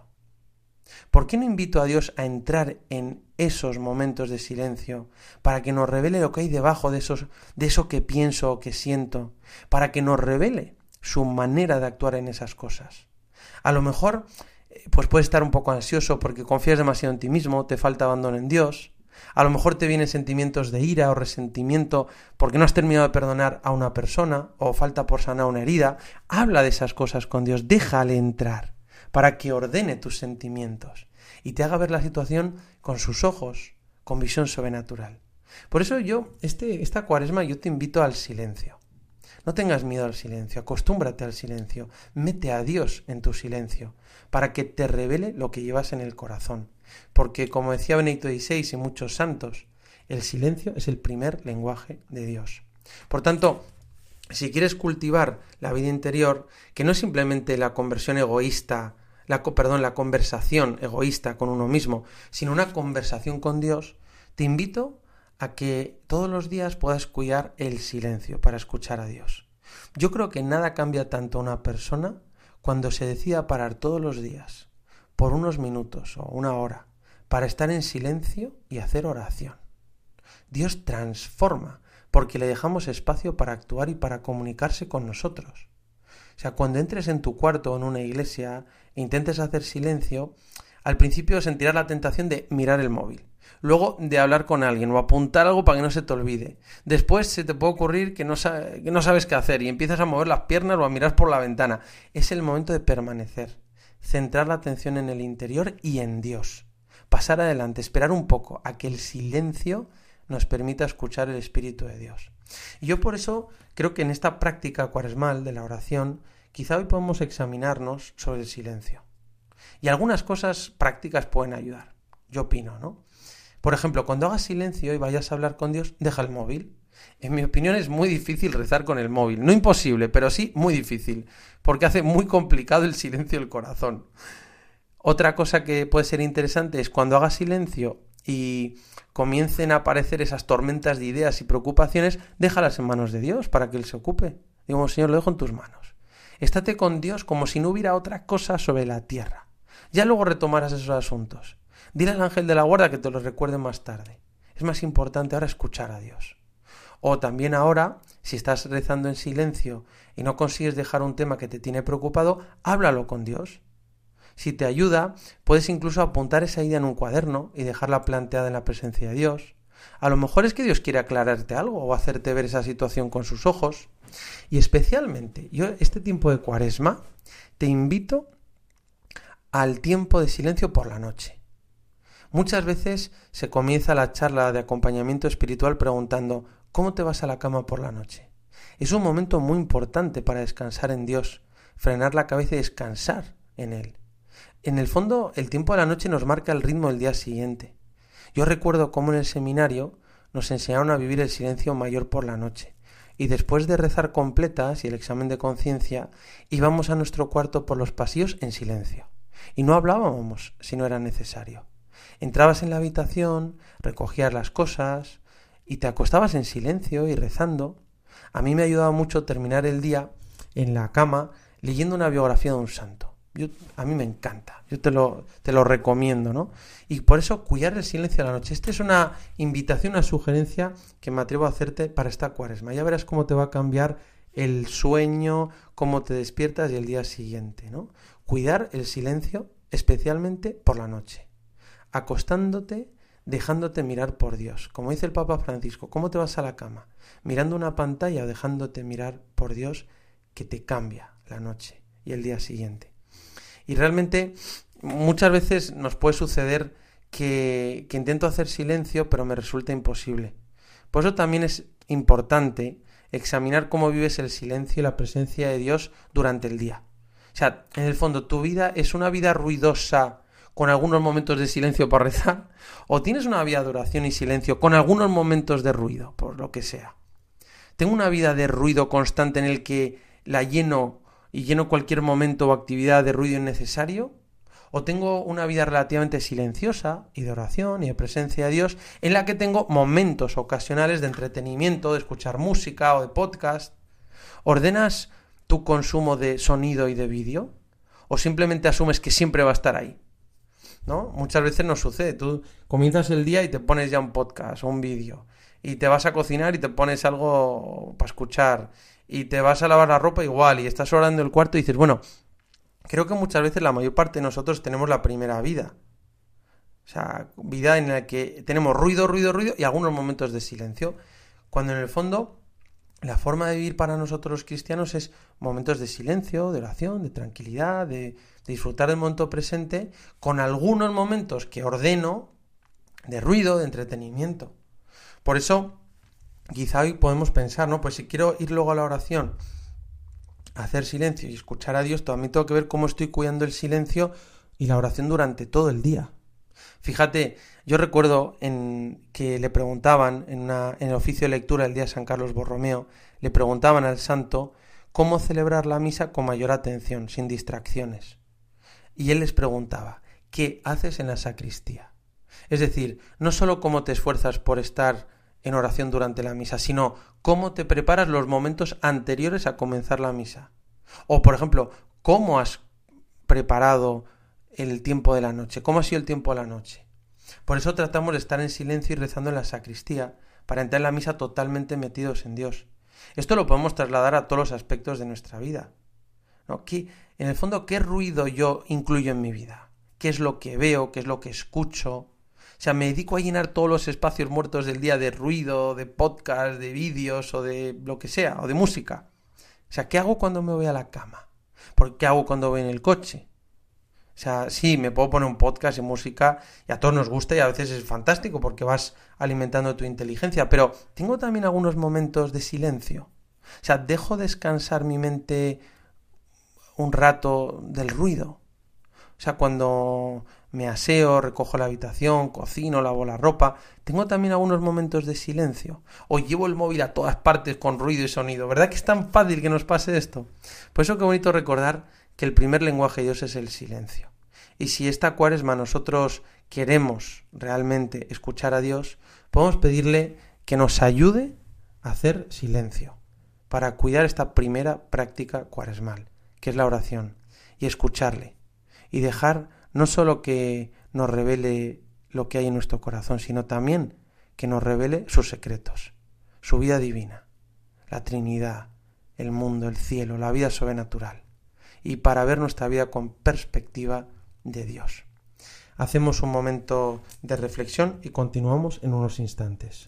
¿Por qué no invito a Dios a entrar en esos momentos de silencio para que nos revele lo que hay debajo de, esos, de eso que pienso o que siento, para que nos revele su manera de actuar en esas cosas? A lo mejor pues puedes estar un poco ansioso porque confías demasiado en ti mismo, te falta abandono en Dios. A lo mejor te vienen sentimientos de ira o resentimiento porque no has terminado de perdonar a una persona o falta por sanar una herida. Habla de esas cosas con Dios, déjale entrar para que ordene tus sentimientos y te haga ver la situación con sus ojos, con visión sobrenatural. Por eso yo, este, esta Cuaresma, yo te invito al silencio. No tengas miedo al silencio, acostúmbrate al silencio, mete a Dios en tu silencio, para que te revele lo que llevas en el corazón. Porque, como decía Benedicto dieciséis y muchos santos, el silencio es el primer lenguaje de Dios. Por tanto, si quieres cultivar la vida interior, que no es simplemente la conversión egoísta, la, perdón, la conversación egoísta con uno mismo, sino una conversación con Dios, te invito a que todos los días puedas cuidar el silencio para escuchar a Dios. Yo creo que nada cambia tanto a una persona cuando se decida parar todos los días, por unos minutos o una hora, para estar en silencio y hacer oración. Dios transforma, porque le dejamos espacio para actuar y para comunicarse con nosotros. O sea, cuando entres en tu cuarto o en una iglesia e intentes hacer silencio, al principio sentirás la tentación de mirar el móvil, luego de hablar con alguien o apuntar algo para que no se te olvide. Después se te puede ocurrir que no, sa- que no sabes qué hacer y empiezas a mover las piernas o a mirar por la ventana. Es el momento de permanecer, centrar la atención en el interior y en Dios. Pasar adelante, esperar un poco a que el silencio nos permita escuchar el Espíritu de Dios. Y yo por eso creo que en esta práctica cuaresmal de la oración, quizá hoy podemos examinarnos sobre el silencio. Y algunas cosas prácticas pueden ayudar, yo opino, ¿no? Por ejemplo, cuando hagas silencio y vayas a hablar con Dios, deja el móvil. En mi opinión es muy difícil rezar con el móvil. No imposible, pero sí muy difícil, porque hace muy complicado el silencio del corazón. Otra cosa que puede ser interesante es cuando hagas silencio y comiencen a aparecer esas tormentas de ideas y preocupaciones, déjalas en manos de Dios para que Él se ocupe. Digo, Señor, lo dejo en tus manos. Estate con Dios como si no hubiera otra cosa sobre la tierra. Ya luego retomarás esos asuntos. Dile al ángel de la guarda que te los recuerde más tarde. Es más importante ahora escuchar a Dios. O también ahora, si estás rezando en silencio y no consigues dejar un tema que te tiene preocupado, háblalo con Dios. Si te ayuda, puedes incluso apuntar esa idea en un cuaderno y dejarla planteada en la presencia de Dios. A lo mejor es que Dios quiere aclararte algo o hacerte ver esa situación con sus ojos. Y especialmente, yo este tiempo de Cuaresma te invito al tiempo de silencio por la noche. Muchas veces se comienza la charla de acompañamiento espiritual preguntando ¿cómo te vas a la cama por la noche? Es un momento muy importante para descansar en Dios, frenar la cabeza y descansar en Él. En el fondo, el tiempo de la noche nos marca el ritmo del día siguiente. Yo recuerdo cómo en el seminario nos enseñaron a vivir el silencio mayor por la noche. Y después de rezar completas y el examen de conciencia, íbamos a nuestro cuarto por los pasillos en silencio. Y no hablábamos si no era necesario. Entrabas en la habitación, recogías las cosas y te acostabas en silencio y rezando. A mí me ayudaba mucho terminar el día en la cama leyendo una biografía de un santo. Yo, a mí me encanta, yo te lo, te lo recomiendo, ¿no? Y por eso cuidar el silencio a la noche. Esta es una invitación, una sugerencia que me atrevo a hacerte para esta Cuaresma. Ya verás cómo te va a cambiar el sueño, cómo te despiertas y el día siguiente, ¿no? Cuidar el silencio especialmente por la noche. Acostándote, dejándote mirar por Dios. Como dice el Papa Francisco, ¿cómo te vas a la cama? Mirando una pantalla o dejándote mirar por Dios, que te cambia la noche y el día siguiente. Y realmente muchas veces nos puede suceder que, que intento hacer silencio pero me resulta imposible. Por eso también es importante examinar cómo vives el silencio y la presencia de Dios durante el día. O sea, en el fondo, ¿tu vida es una vida ruidosa con algunos momentos de silencio por rezar? ¿O tienes una vida de oración y silencio con algunos momentos de ruido, por lo que sea? ¿Tengo una vida de ruido constante en el que la lleno y lleno cualquier momento o actividad de ruido innecesario? ¿O tengo una vida relativamente silenciosa y de oración y de presencia de Dios en la que tengo momentos ocasionales de entretenimiento, de escuchar música o de podcast? ¿Ordenas tu consumo de sonido y de vídeo? ¿O simplemente asumes que siempre va a estar ahí? ¿No? Muchas veces nos sucede. Tú comienzas el día y te pones ya un podcast o un vídeo. Y te vas a cocinar y te pones algo para escuchar. Y te vas a lavar la ropa igual. Y estás orando en el cuarto y dices, bueno, creo que muchas veces la mayor parte de nosotros tenemos la primera vida. O sea, vida en la que tenemos ruido, ruido, ruido y algunos momentos de silencio. Cuando en el fondo la forma de vivir para nosotros los cristianos es momentos de silencio, de oración, de tranquilidad, de, de disfrutar del momento presente, con algunos momentos que ordeno de ruido, de entretenimiento. Por eso, quizá hoy podemos pensar, ¿no? Pues si quiero ir luego a la oración, a hacer silencio y escuchar a Dios, también tengo que ver cómo estoy cuidando el silencio y la oración durante todo el día. Fíjate, yo recuerdo en que le preguntaban en, una, en el oficio de lectura el día de San Carlos Borromeo, le preguntaban al santo cómo celebrar la misa con mayor atención, sin distracciones. Y él les preguntaba, ¿qué haces en la sacristía? Es decir, no solo cómo te esfuerzas por estar en oración durante la misa, sino cómo te preparas los momentos anteriores a comenzar la misa. O, por ejemplo, cómo has preparado el tiempo de la noche, cómo ha sido el tiempo de la noche. Por eso tratamos de estar en silencio y rezando en la sacristía, para entrar en la misa totalmente metidos en Dios. Esto lo podemos trasladar a todos los aspectos de nuestra vida, ¿no? ¿Qué, en el fondo, qué ruido yo incluyo en mi vida? ¿Qué es lo que veo? ¿Qué es lo que escucho? O sea, me dedico a llenar todos los espacios muertos del día de ruido, de podcast, de vídeos o de lo que sea, o de música. O sea, ¿qué hago cuando me voy a la cama? ¿Por qué hago cuando voy en el coche? O sea, sí, me puedo poner un podcast y música y a todos nos gusta y a veces es fantástico porque vas alimentando tu inteligencia, pero tengo también algunos momentos de silencio. O sea, dejo descansar mi mente un rato del ruido. O sea, cuando me aseo, recojo la habitación, cocino, lavo la ropa, tengo también algunos momentos de silencio. O llevo el móvil a todas partes con ruido y sonido. ¿Verdad que es tan fácil que nos pase esto? Por eso qué bonito recordar que el primer lenguaje de Dios es el silencio. Y si esta Cuaresma nosotros queremos realmente escuchar a Dios, podemos pedirle que nos ayude a hacer silencio para cuidar esta primera práctica cuaresmal, que es la oración, y escucharle, y dejar no solo que nos revele lo que hay en nuestro corazón, sino también que nos revele sus secretos, su vida divina, la Trinidad, el mundo, el cielo, la vida sobrenatural, y para ver nuestra vida con perspectiva de Dios. Hacemos un momento de reflexión y continuamos en unos instantes.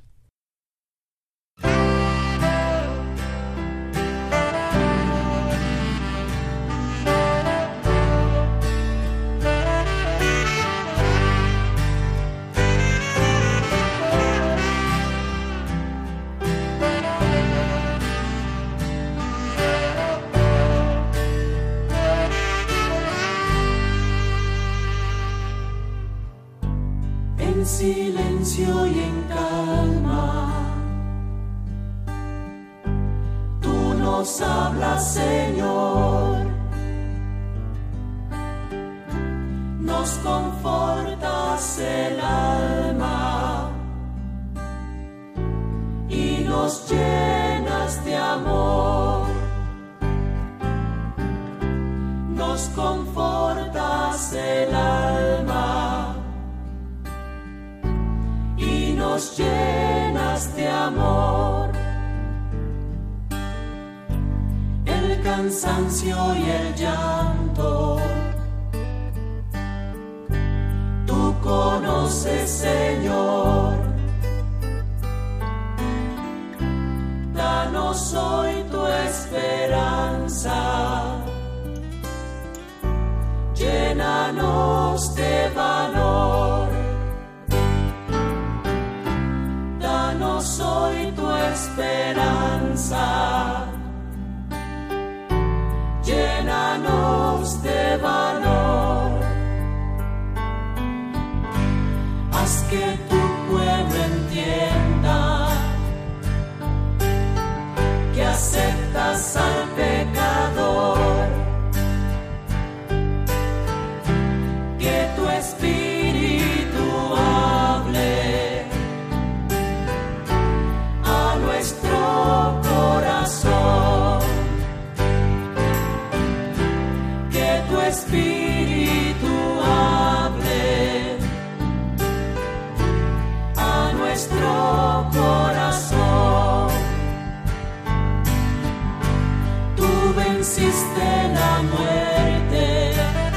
En silencio y en calma, tú nos hablas, Señor, nos confortas el alma y nos llenas de amor, nos confortas el alma y nos llenas de amor. El cansancio y el llanto tú conoces, Señor. Danos hoy tu esperanza, llénanos de valor. Danos hoy tu esperanza, llénanos de valor. Haz que tu pueblo entienda que aceptas al pecador, que tu espíritu hable a nuestro corazón, que tu espíritu hable a nuestro corazón. Tú venciste la muerte,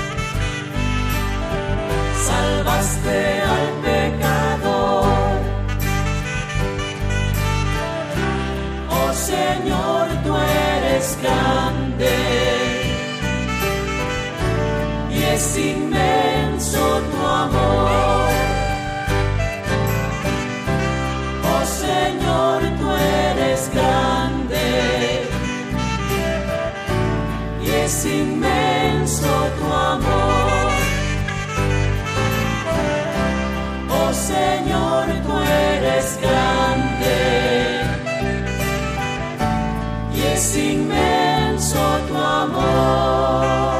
salvaste al pecador. Oh Señor, tú eres grande y es inmenso tu amor. Oh Señor, tú eres grande y es inmenso tu amor. Oh Señor, tú eres grande y es inmenso tu amor.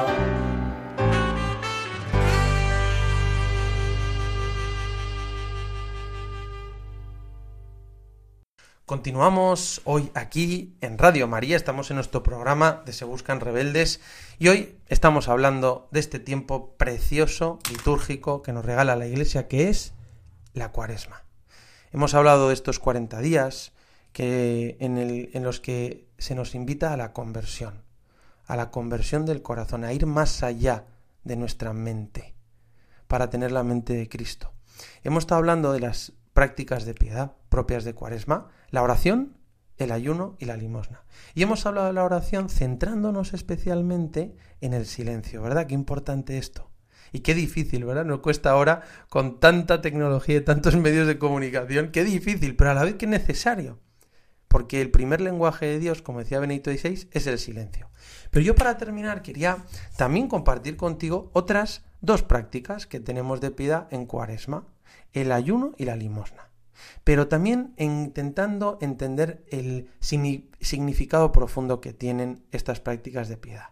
Continuamos hoy aquí en Radio María, estamos en nuestro programa de Se Buscan Rebeldes y hoy estamos hablando de este tiempo precioso, litúrgico, que nos regala la Iglesia, que es la Cuaresma. Hemos hablado de estos cuarenta días que, en, el, en los que se nos invita a la conversión, a la conversión del corazón, a ir más allá de nuestra mente, para tener la mente de Cristo. Hemos estado hablando de las prácticas de piedad propias de Cuaresma, la oración, el ayuno y la limosna. Y hemos hablado de la oración centrándonos especialmente en el silencio, ¿verdad? Qué importante esto. Y qué difícil, ¿verdad? Nos cuesta ahora con tanta tecnología y tantos medios de comunicación, qué difícil, pero a la vez que necesario. Porque el primer lenguaje de Dios, como decía Benedicto dieciséis, es el silencio. Pero yo para terminar quería también compartir contigo otras dos prácticas que tenemos de piedad en Cuaresma, el ayuno y la limosna. Pero también intentando entender el significado profundo que tienen estas prácticas de piedad.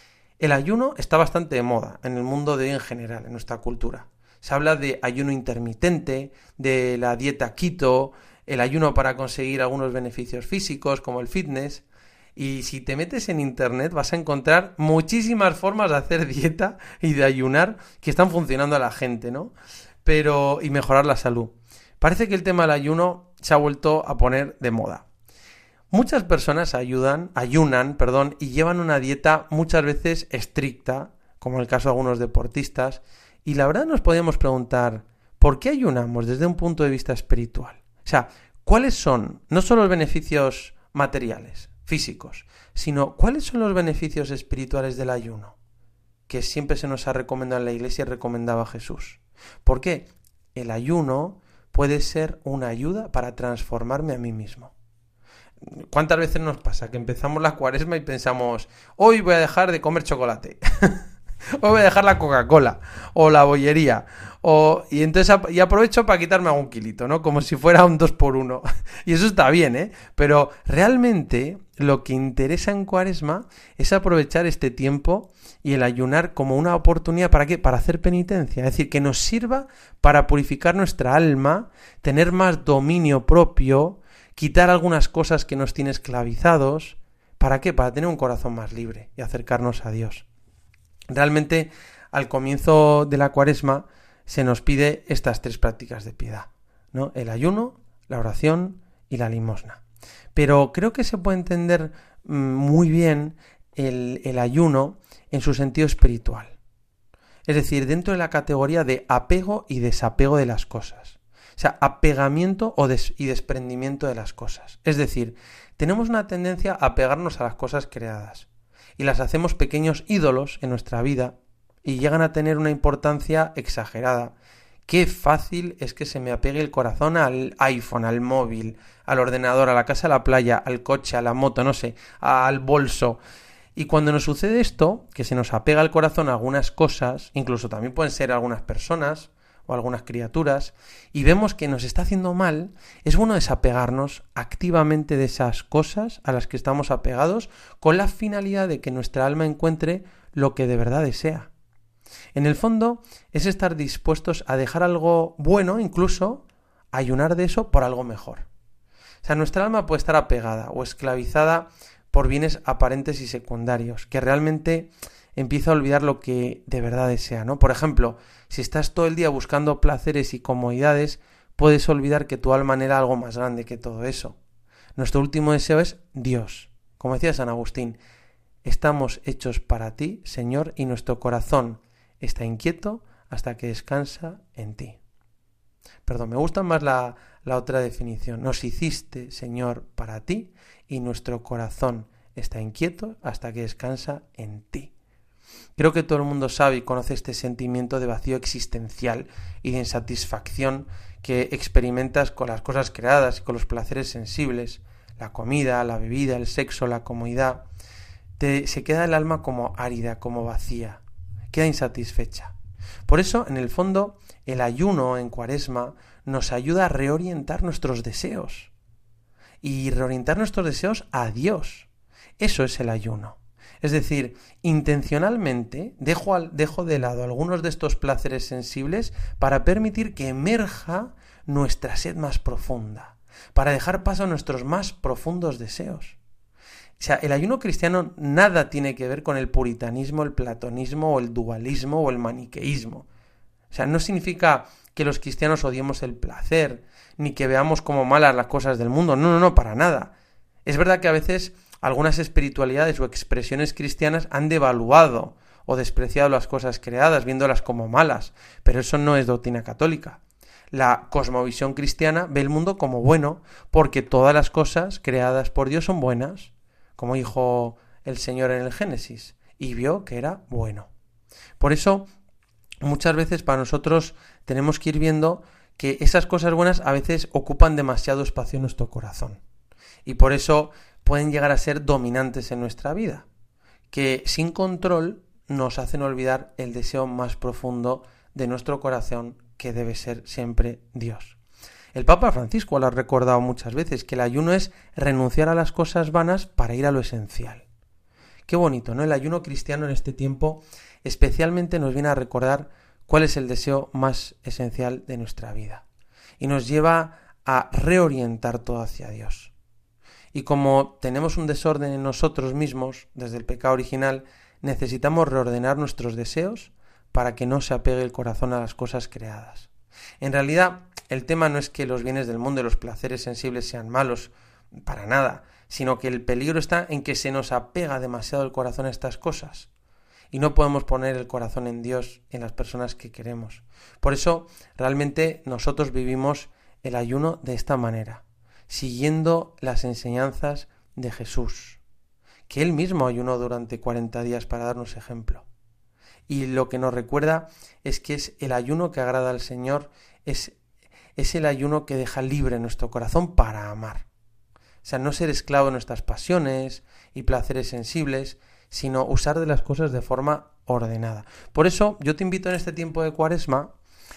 El ayuno está bastante de moda en el mundo de hoy en general, en nuestra cultura. Se habla de ayuno intermitente, de la dieta keto, el ayuno para conseguir algunos beneficios físicos como el fitness. Y si te metes en internet vas a encontrar muchísimas formas de hacer dieta y de ayunar que están funcionando a la gente, ¿no? Pero y mejorar la salud. Parece que el tema del ayuno se ha vuelto a poner de moda. Muchas personas ayudan, ayunan, perdón, y llevan una dieta muchas veces estricta, como en el caso de algunos deportistas, y la verdad nos podemos preguntar, ¿por qué ayunamos desde un punto de vista espiritual? O sea, ¿cuáles son no solo los beneficios materiales, físicos, sino cuáles son los beneficios espirituales del ayuno? Que siempre se nos ha recomendado en la Iglesia y recomendaba Jesús. ¿Por qué? El ayuno puede ser una ayuda para transformarme a mí mismo. ¿Cuántas veces nos pasa que empezamos la Cuaresma y pensamos, hoy voy a dejar de comer chocolate, hoy voy a dejar la Coca-Cola o la bollería, o y entonces y aprovecho para quitarme algún kilito, ¿no? Como si fuera un dos por uno. Y eso está bien, ¿eh? Pero realmente lo que interesa en Cuaresma es aprovechar este tiempo y el ayunar como una oportunidad, ¿para qué? Para hacer penitencia, es decir, que nos sirva para purificar nuestra alma, tener más dominio propio, quitar algunas cosas que nos tienen esclavizados. ¿Para qué? Para tener un corazón más libre y acercarnos a Dios. Realmente, al comienzo de la Cuaresma se nos pide estas tres prácticas de piedad, ¿no? El ayuno, la oración y la limosna. Pero creo que se puede entender mmm, muy bien el, el ayuno en su sentido espiritual. Es decir, dentro de la categoría de apego y desapego de las cosas. O sea, apegamiento o des- y desprendimiento de las cosas. Es decir, tenemos una tendencia a apegarnos a las cosas creadas y las hacemos pequeños ídolos en nuestra vida y llegan a tener una importancia exagerada. Qué fácil es que se me apegue el corazón al iPhone, al móvil, al ordenador, a la casa, a la playa, al coche, a la moto, no sé, al bolso. Y cuando nos sucede esto, que se nos apega el corazón a algunas cosas, incluso también pueden ser algunas personas o algunas criaturas, y vemos que nos está haciendo mal, es bueno desapegarnos activamente de esas cosas a las que estamos apegados con la finalidad de que nuestra alma encuentre lo que de verdad desea. En el fondo es estar dispuestos a dejar algo bueno, incluso ayunar de eso por algo mejor. O sea, nuestra alma puede estar apegada o esclavizada por bienes aparentes y secundarios, que realmente empieza a olvidar lo que de verdad desea, ¿no? Por ejemplo, si estás todo el día buscando placeres y comodidades, puedes olvidar que tu alma anhela algo más grande que todo eso. Nuestro último deseo es Dios. Como decía San Agustín, estamos hechos para ti, Señor, y nuestro corazón está inquieto hasta que descansa en ti. Perdón, me gusta más la, la otra definición. Nos hiciste, Señor, para ti, y nuestro corazón está inquieto hasta que descansa en ti. Creo que todo el mundo sabe y conoce este sentimiento de vacío existencial y de insatisfacción que experimentas con las cosas creadas y con los placeres sensibles, la comida, la bebida, el sexo, la comodidad. Te, se queda el alma como árida, como vacía, queda insatisfecha. Por eso, en el fondo, el ayuno en Cuaresma nos ayuda a reorientar nuestros deseos y reorientar nuestros deseos a Dios. Eso es el ayuno. Es decir, intencionalmente dejo, al, dejo de lado algunos de estos placeres sensibles para permitir que emerja nuestra sed más profunda, para dejar paso a nuestros más profundos deseos. O sea, el ayuno cristiano nada tiene que ver con el puritanismo, el platonismo o el dualismo o el maniqueísmo. O sea, no significa que los cristianos odiemos el placer, ni que veamos como malas las cosas del mundo. No, no, no, para nada. Es verdad que a veces algunas espiritualidades o expresiones cristianas han devaluado o despreciado las cosas creadas, viéndolas como malas, pero eso no es doctrina católica. La cosmovisión cristiana ve el mundo como bueno, porque todas las cosas creadas por Dios son buenas, como dijo el Señor en el Génesis, y vio que era bueno. Por eso, muchas veces para nosotros tenemos que ir viendo que esas cosas buenas a veces ocupan demasiado espacio en nuestro corazón. Y por eso pueden llegar a ser dominantes en nuestra vida, que sin control nos hacen olvidar el deseo más profundo de nuestro corazón, que debe ser siempre Dios. El Papa Francisco lo ha recordado muchas veces, que el ayuno es renunciar a las cosas vanas para ir a lo esencial. Qué bonito, ¿no? El ayuno cristiano en este tiempo especialmente nos viene a recordar cuál es el deseo más esencial de nuestra vida y nos lleva a reorientar todo hacia Dios. Y como tenemos un desorden en nosotros mismos desde el pecado original, necesitamos reordenar nuestros deseos para que no se apegue el corazón a las cosas creadas. En realidad, el tema no es que los bienes del mundo y los placeres sensibles sean malos, para nada, sino que el peligro está en que se nos apega demasiado el corazón a estas cosas. Y no podemos poner el corazón en Dios y en las personas que queremos. Por eso, realmente nosotros vivimos el ayuno de esta manera, siguiendo las enseñanzas de Jesús, que Él mismo ayunó durante cuarenta días para darnos ejemplo. Y lo que nos recuerda es que es el ayuno que agrada al Señor, es, es el ayuno que deja libre nuestro corazón para amar. O sea, no ser esclavo de nuestras pasiones y placeres sensibles, sino usar de las cosas de forma ordenada. Por eso yo te invito en este tiempo de Cuaresma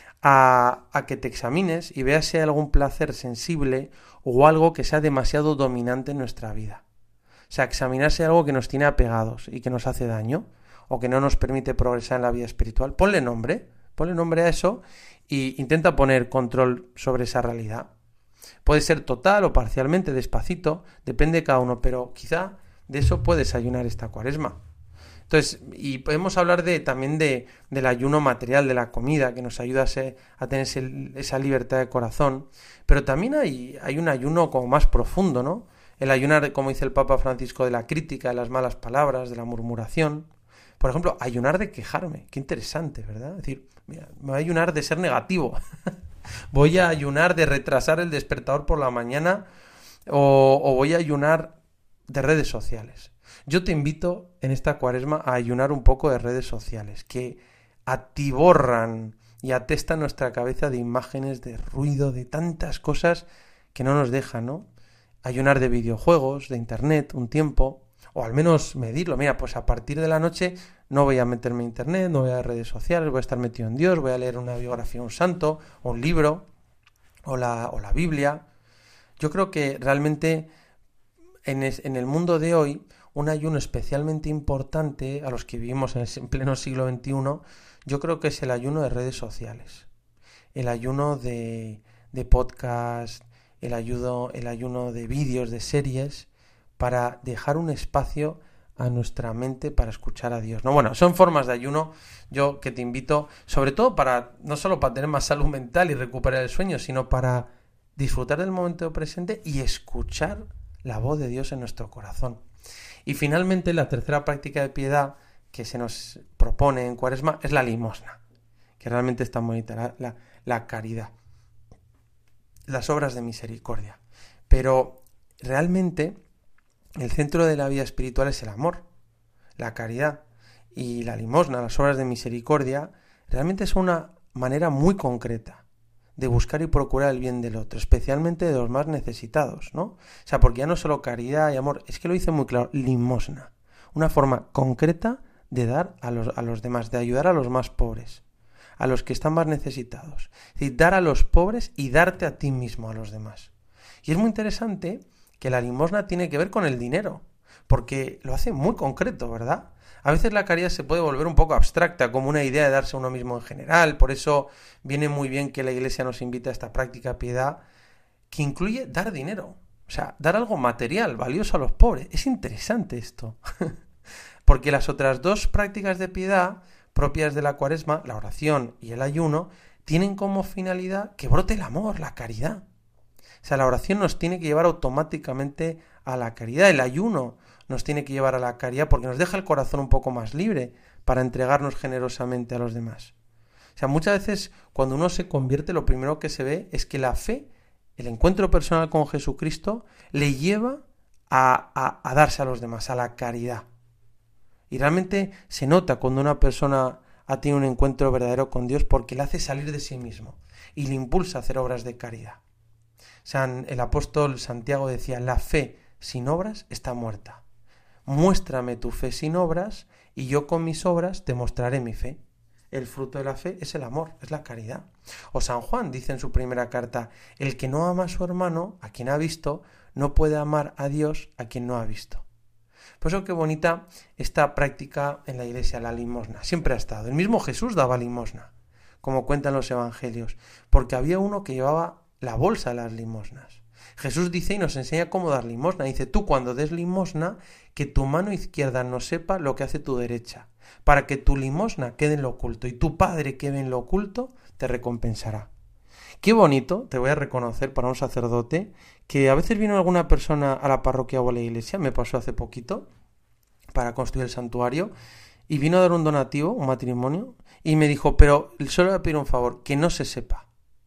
a, a que te examines y veas si hay algún placer sensible o algo que sea demasiado dominante en nuestra vida. O sea, examinarse algo que nos tiene apegados y que nos hace daño o que no nos permite progresar en la vida espiritual. Ponle nombre, ponle nombre a eso e intenta poner control sobre esa realidad. Puede ser total o parcialmente, despacito, depende de cada uno, pero quizá de eso puedes ayunar esta Cuaresma. Entonces, y podemos hablar de también de, del ayuno material, de la comida, que nos ayuda a, ser, a tener ese, esa libertad de corazón, pero también hay, hay un ayuno como más profundo, ¿no? El ayunar, como dice el Papa Francisco, de la crítica, de las malas palabras, de la murmuración. Por ejemplo, ayunar de quejarme. Qué interesante, ¿verdad? Es decir, mira, me voy a ayunar de ser negativo. Voy a ayunar de retrasar el despertador por la mañana o, o voy a ayunar de redes sociales. Yo te invito en esta Cuaresma a ayunar un poco de redes sociales que atiborran y atestan nuestra cabeza de imágenes, de ruido, de tantas cosas que no nos dejan, ¿no? Ayunar de videojuegos, de internet, un tiempo, o al menos medirlo. Mira, pues a partir de la noche no voy a meterme en internet, no voy a redes sociales, voy a estar metido en Dios, voy a leer una biografía de un santo, o un libro, o la, o la Biblia. Yo creo que realmente en, es, en el mundo de hoy, un ayuno especialmente importante a los que vivimos en, el, en pleno siglo veintiuno, yo creo que es el ayuno de redes sociales, el ayuno de, de podcast, el ayuno, el ayuno de vídeos, de series, para dejar un espacio a nuestra mente para escuchar a Dios, ¿no? Bueno, son formas de ayuno, yo que te invito, sobre todo para, no solo para tener más salud mental y recuperar el sueño, sino para disfrutar del momento presente y escuchar la voz de Dios en nuestro corazón. Y finalmente, la tercera práctica de piedad que se nos propone en Cuaresma es la limosna, que realmente está bonita, la, la, la caridad, las obras de misericordia. Pero realmente el centro de la vida espiritual es el amor, la caridad y la limosna, las obras de misericordia, realmente es una manera muy concreta de buscar y procurar el bien del otro, especialmente de los más necesitados, ¿no? O sea, porque ya no solo caridad y amor, es que lo dice muy claro, limosna, una forma concreta de dar a los, a los demás, de ayudar a los más pobres, a los que están más necesitados. Es decir, dar a los pobres y darte a ti mismo a los demás. Y es muy interesante que la limosna tiene que ver con el dinero, porque lo hace muy concreto, ¿verdad? A veces la caridad se puede volver un poco abstracta, como una idea de darse a uno mismo en general, por eso viene muy bien que la Iglesia nos invita a esta práctica de piedad, que incluye dar dinero, o sea, dar algo material, valioso a los pobres. Es interesante esto, porque las otras dos prácticas de piedad propias de la Cuaresma, la oración y el ayuno, tienen como finalidad que brote el amor, la caridad. O sea, la oración nos tiene que llevar automáticamente a la caridad, el ayuno nos tiene que llevar a la caridad porque nos deja el corazón un poco más libre para entregarnos generosamente a los demás. O sea, muchas veces cuando uno se convierte, lo primero que se ve es que la fe, el encuentro personal con Jesucristo, le lleva a, a, a darse a los demás, a la caridad. Y realmente se nota cuando una persona ha tenido un encuentro verdadero con Dios porque le hace salir de sí mismo y le impulsa a hacer obras de caridad. San, el apóstol Santiago decía, la fe sin obras está muerta. Muéstrame tu fe sin obras y yo con mis obras te mostraré mi fe. El fruto de la fe es el amor, es la caridad. O San Juan dice en su primera carta, el que no ama a su hermano, a quien ha visto, no puede amar a Dios a quien no ha visto. Por eso qué bonita esta práctica en la iglesia, la limosna. Siempre ha estado. El mismo Jesús daba limosna, como cuentan los evangelios, porque había uno que llevaba la bolsa de las limosnas. Jesús dice y nos enseña cómo dar limosna. Dice, tú cuando des limosna, que tu mano izquierda no sepa lo que hace tu derecha, para que tu limosna quede en lo oculto, y tu Padre que ve en lo oculto te recompensará. Qué bonito, te voy a reconocer para un sacerdote, que a veces viene alguna persona a la parroquia o a la iglesia, me pasó hace poquito, para construir el santuario, y vino a dar un donativo, un matrimonio, y me dijo, pero solo le voy a pedir un favor, que no se sepa.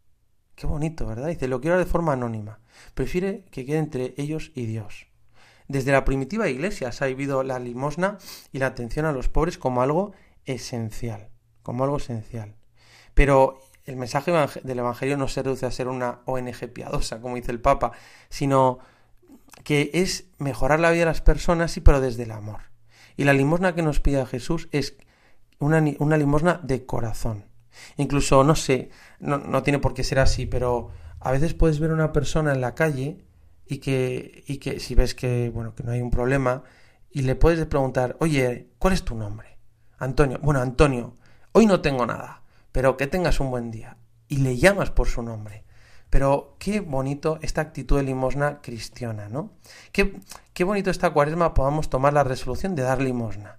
Qué bonito, ¿verdad? Dice, lo quiero de forma anónima. Prefiere que quede entre ellos y Dios. Desde la primitiva iglesia se ha vivido la limosna y la atención a los pobres como algo esencial, como algo esencial. Pero el mensaje del Evangelio no se reduce a ser una O N Ge piadosa, como dice el Papa, sino que es mejorar la vida de las personas, sí, pero desde el amor. Y la limosna que nos pide Jesús es una, una limosna de corazón. Incluso, no sé, no, no tiene por qué ser así, pero a veces puedes ver a una persona en la calle y que, y que si ves que, bueno, que no hay un problema, y le puedes preguntar, oye, ¿cuál es tu nombre? Antonio. Bueno, Antonio, hoy no tengo nada, pero que tengas un buen día. Y le llamas por su nombre. Pero qué bonito esta actitud de limosna cristiana, ¿no? Qué, qué bonito esta Cuaresma podamos tomar la resolución de dar limosna.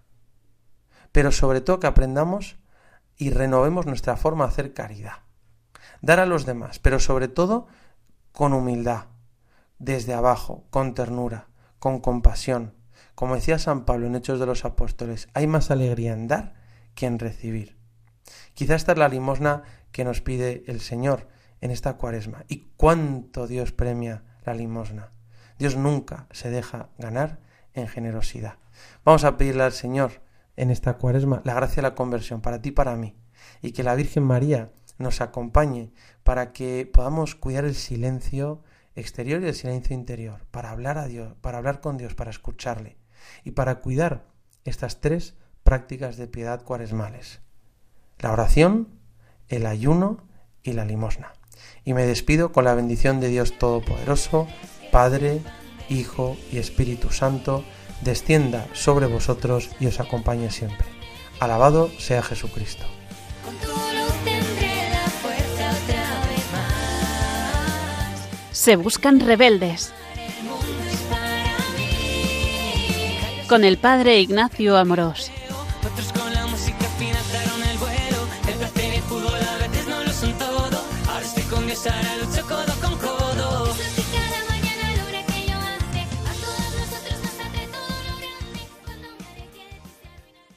Pero sobre todo que aprendamos y renovemos nuestra forma de hacer caridad. Dar a los demás, pero sobre todo con humildad, desde abajo, con ternura, con compasión. Como decía San Pablo en Hechos de los Apóstoles, hay más alegría en dar que en recibir. Quizá esta es la limosna que nos pide el Señor en esta Cuaresma. Y cuánto Dios premia la limosna. Dios nunca se deja ganar en generosidad. Vamos a pedirle al Señor en esta Cuaresma la gracia de la conversión para ti y para mí, y que la Virgen María nos acompañe para que podamos cuidar el silencio exterior y el silencio interior, para hablar a Dios, para hablar con Dios, para escucharle, y para cuidar estas tres prácticas de piedad cuaresmales: la oración, el ayuno y la limosna. Y me despido con la bendición de Dios Todopoderoso, Padre, Hijo y Espíritu Santo, descienda sobre vosotros y os acompañe siempre. Alabado sea Jesucristo. Con tu luz tendré la fuerza otra vez más. Se buscan rebeldes. El mundo es para mí. Con el Padre Ignacio Amorós. Otros con la música financiaron el vuelo. El placer y el fútbol a veces no lo son todo. Ahora estoy con Dios, ahora lucho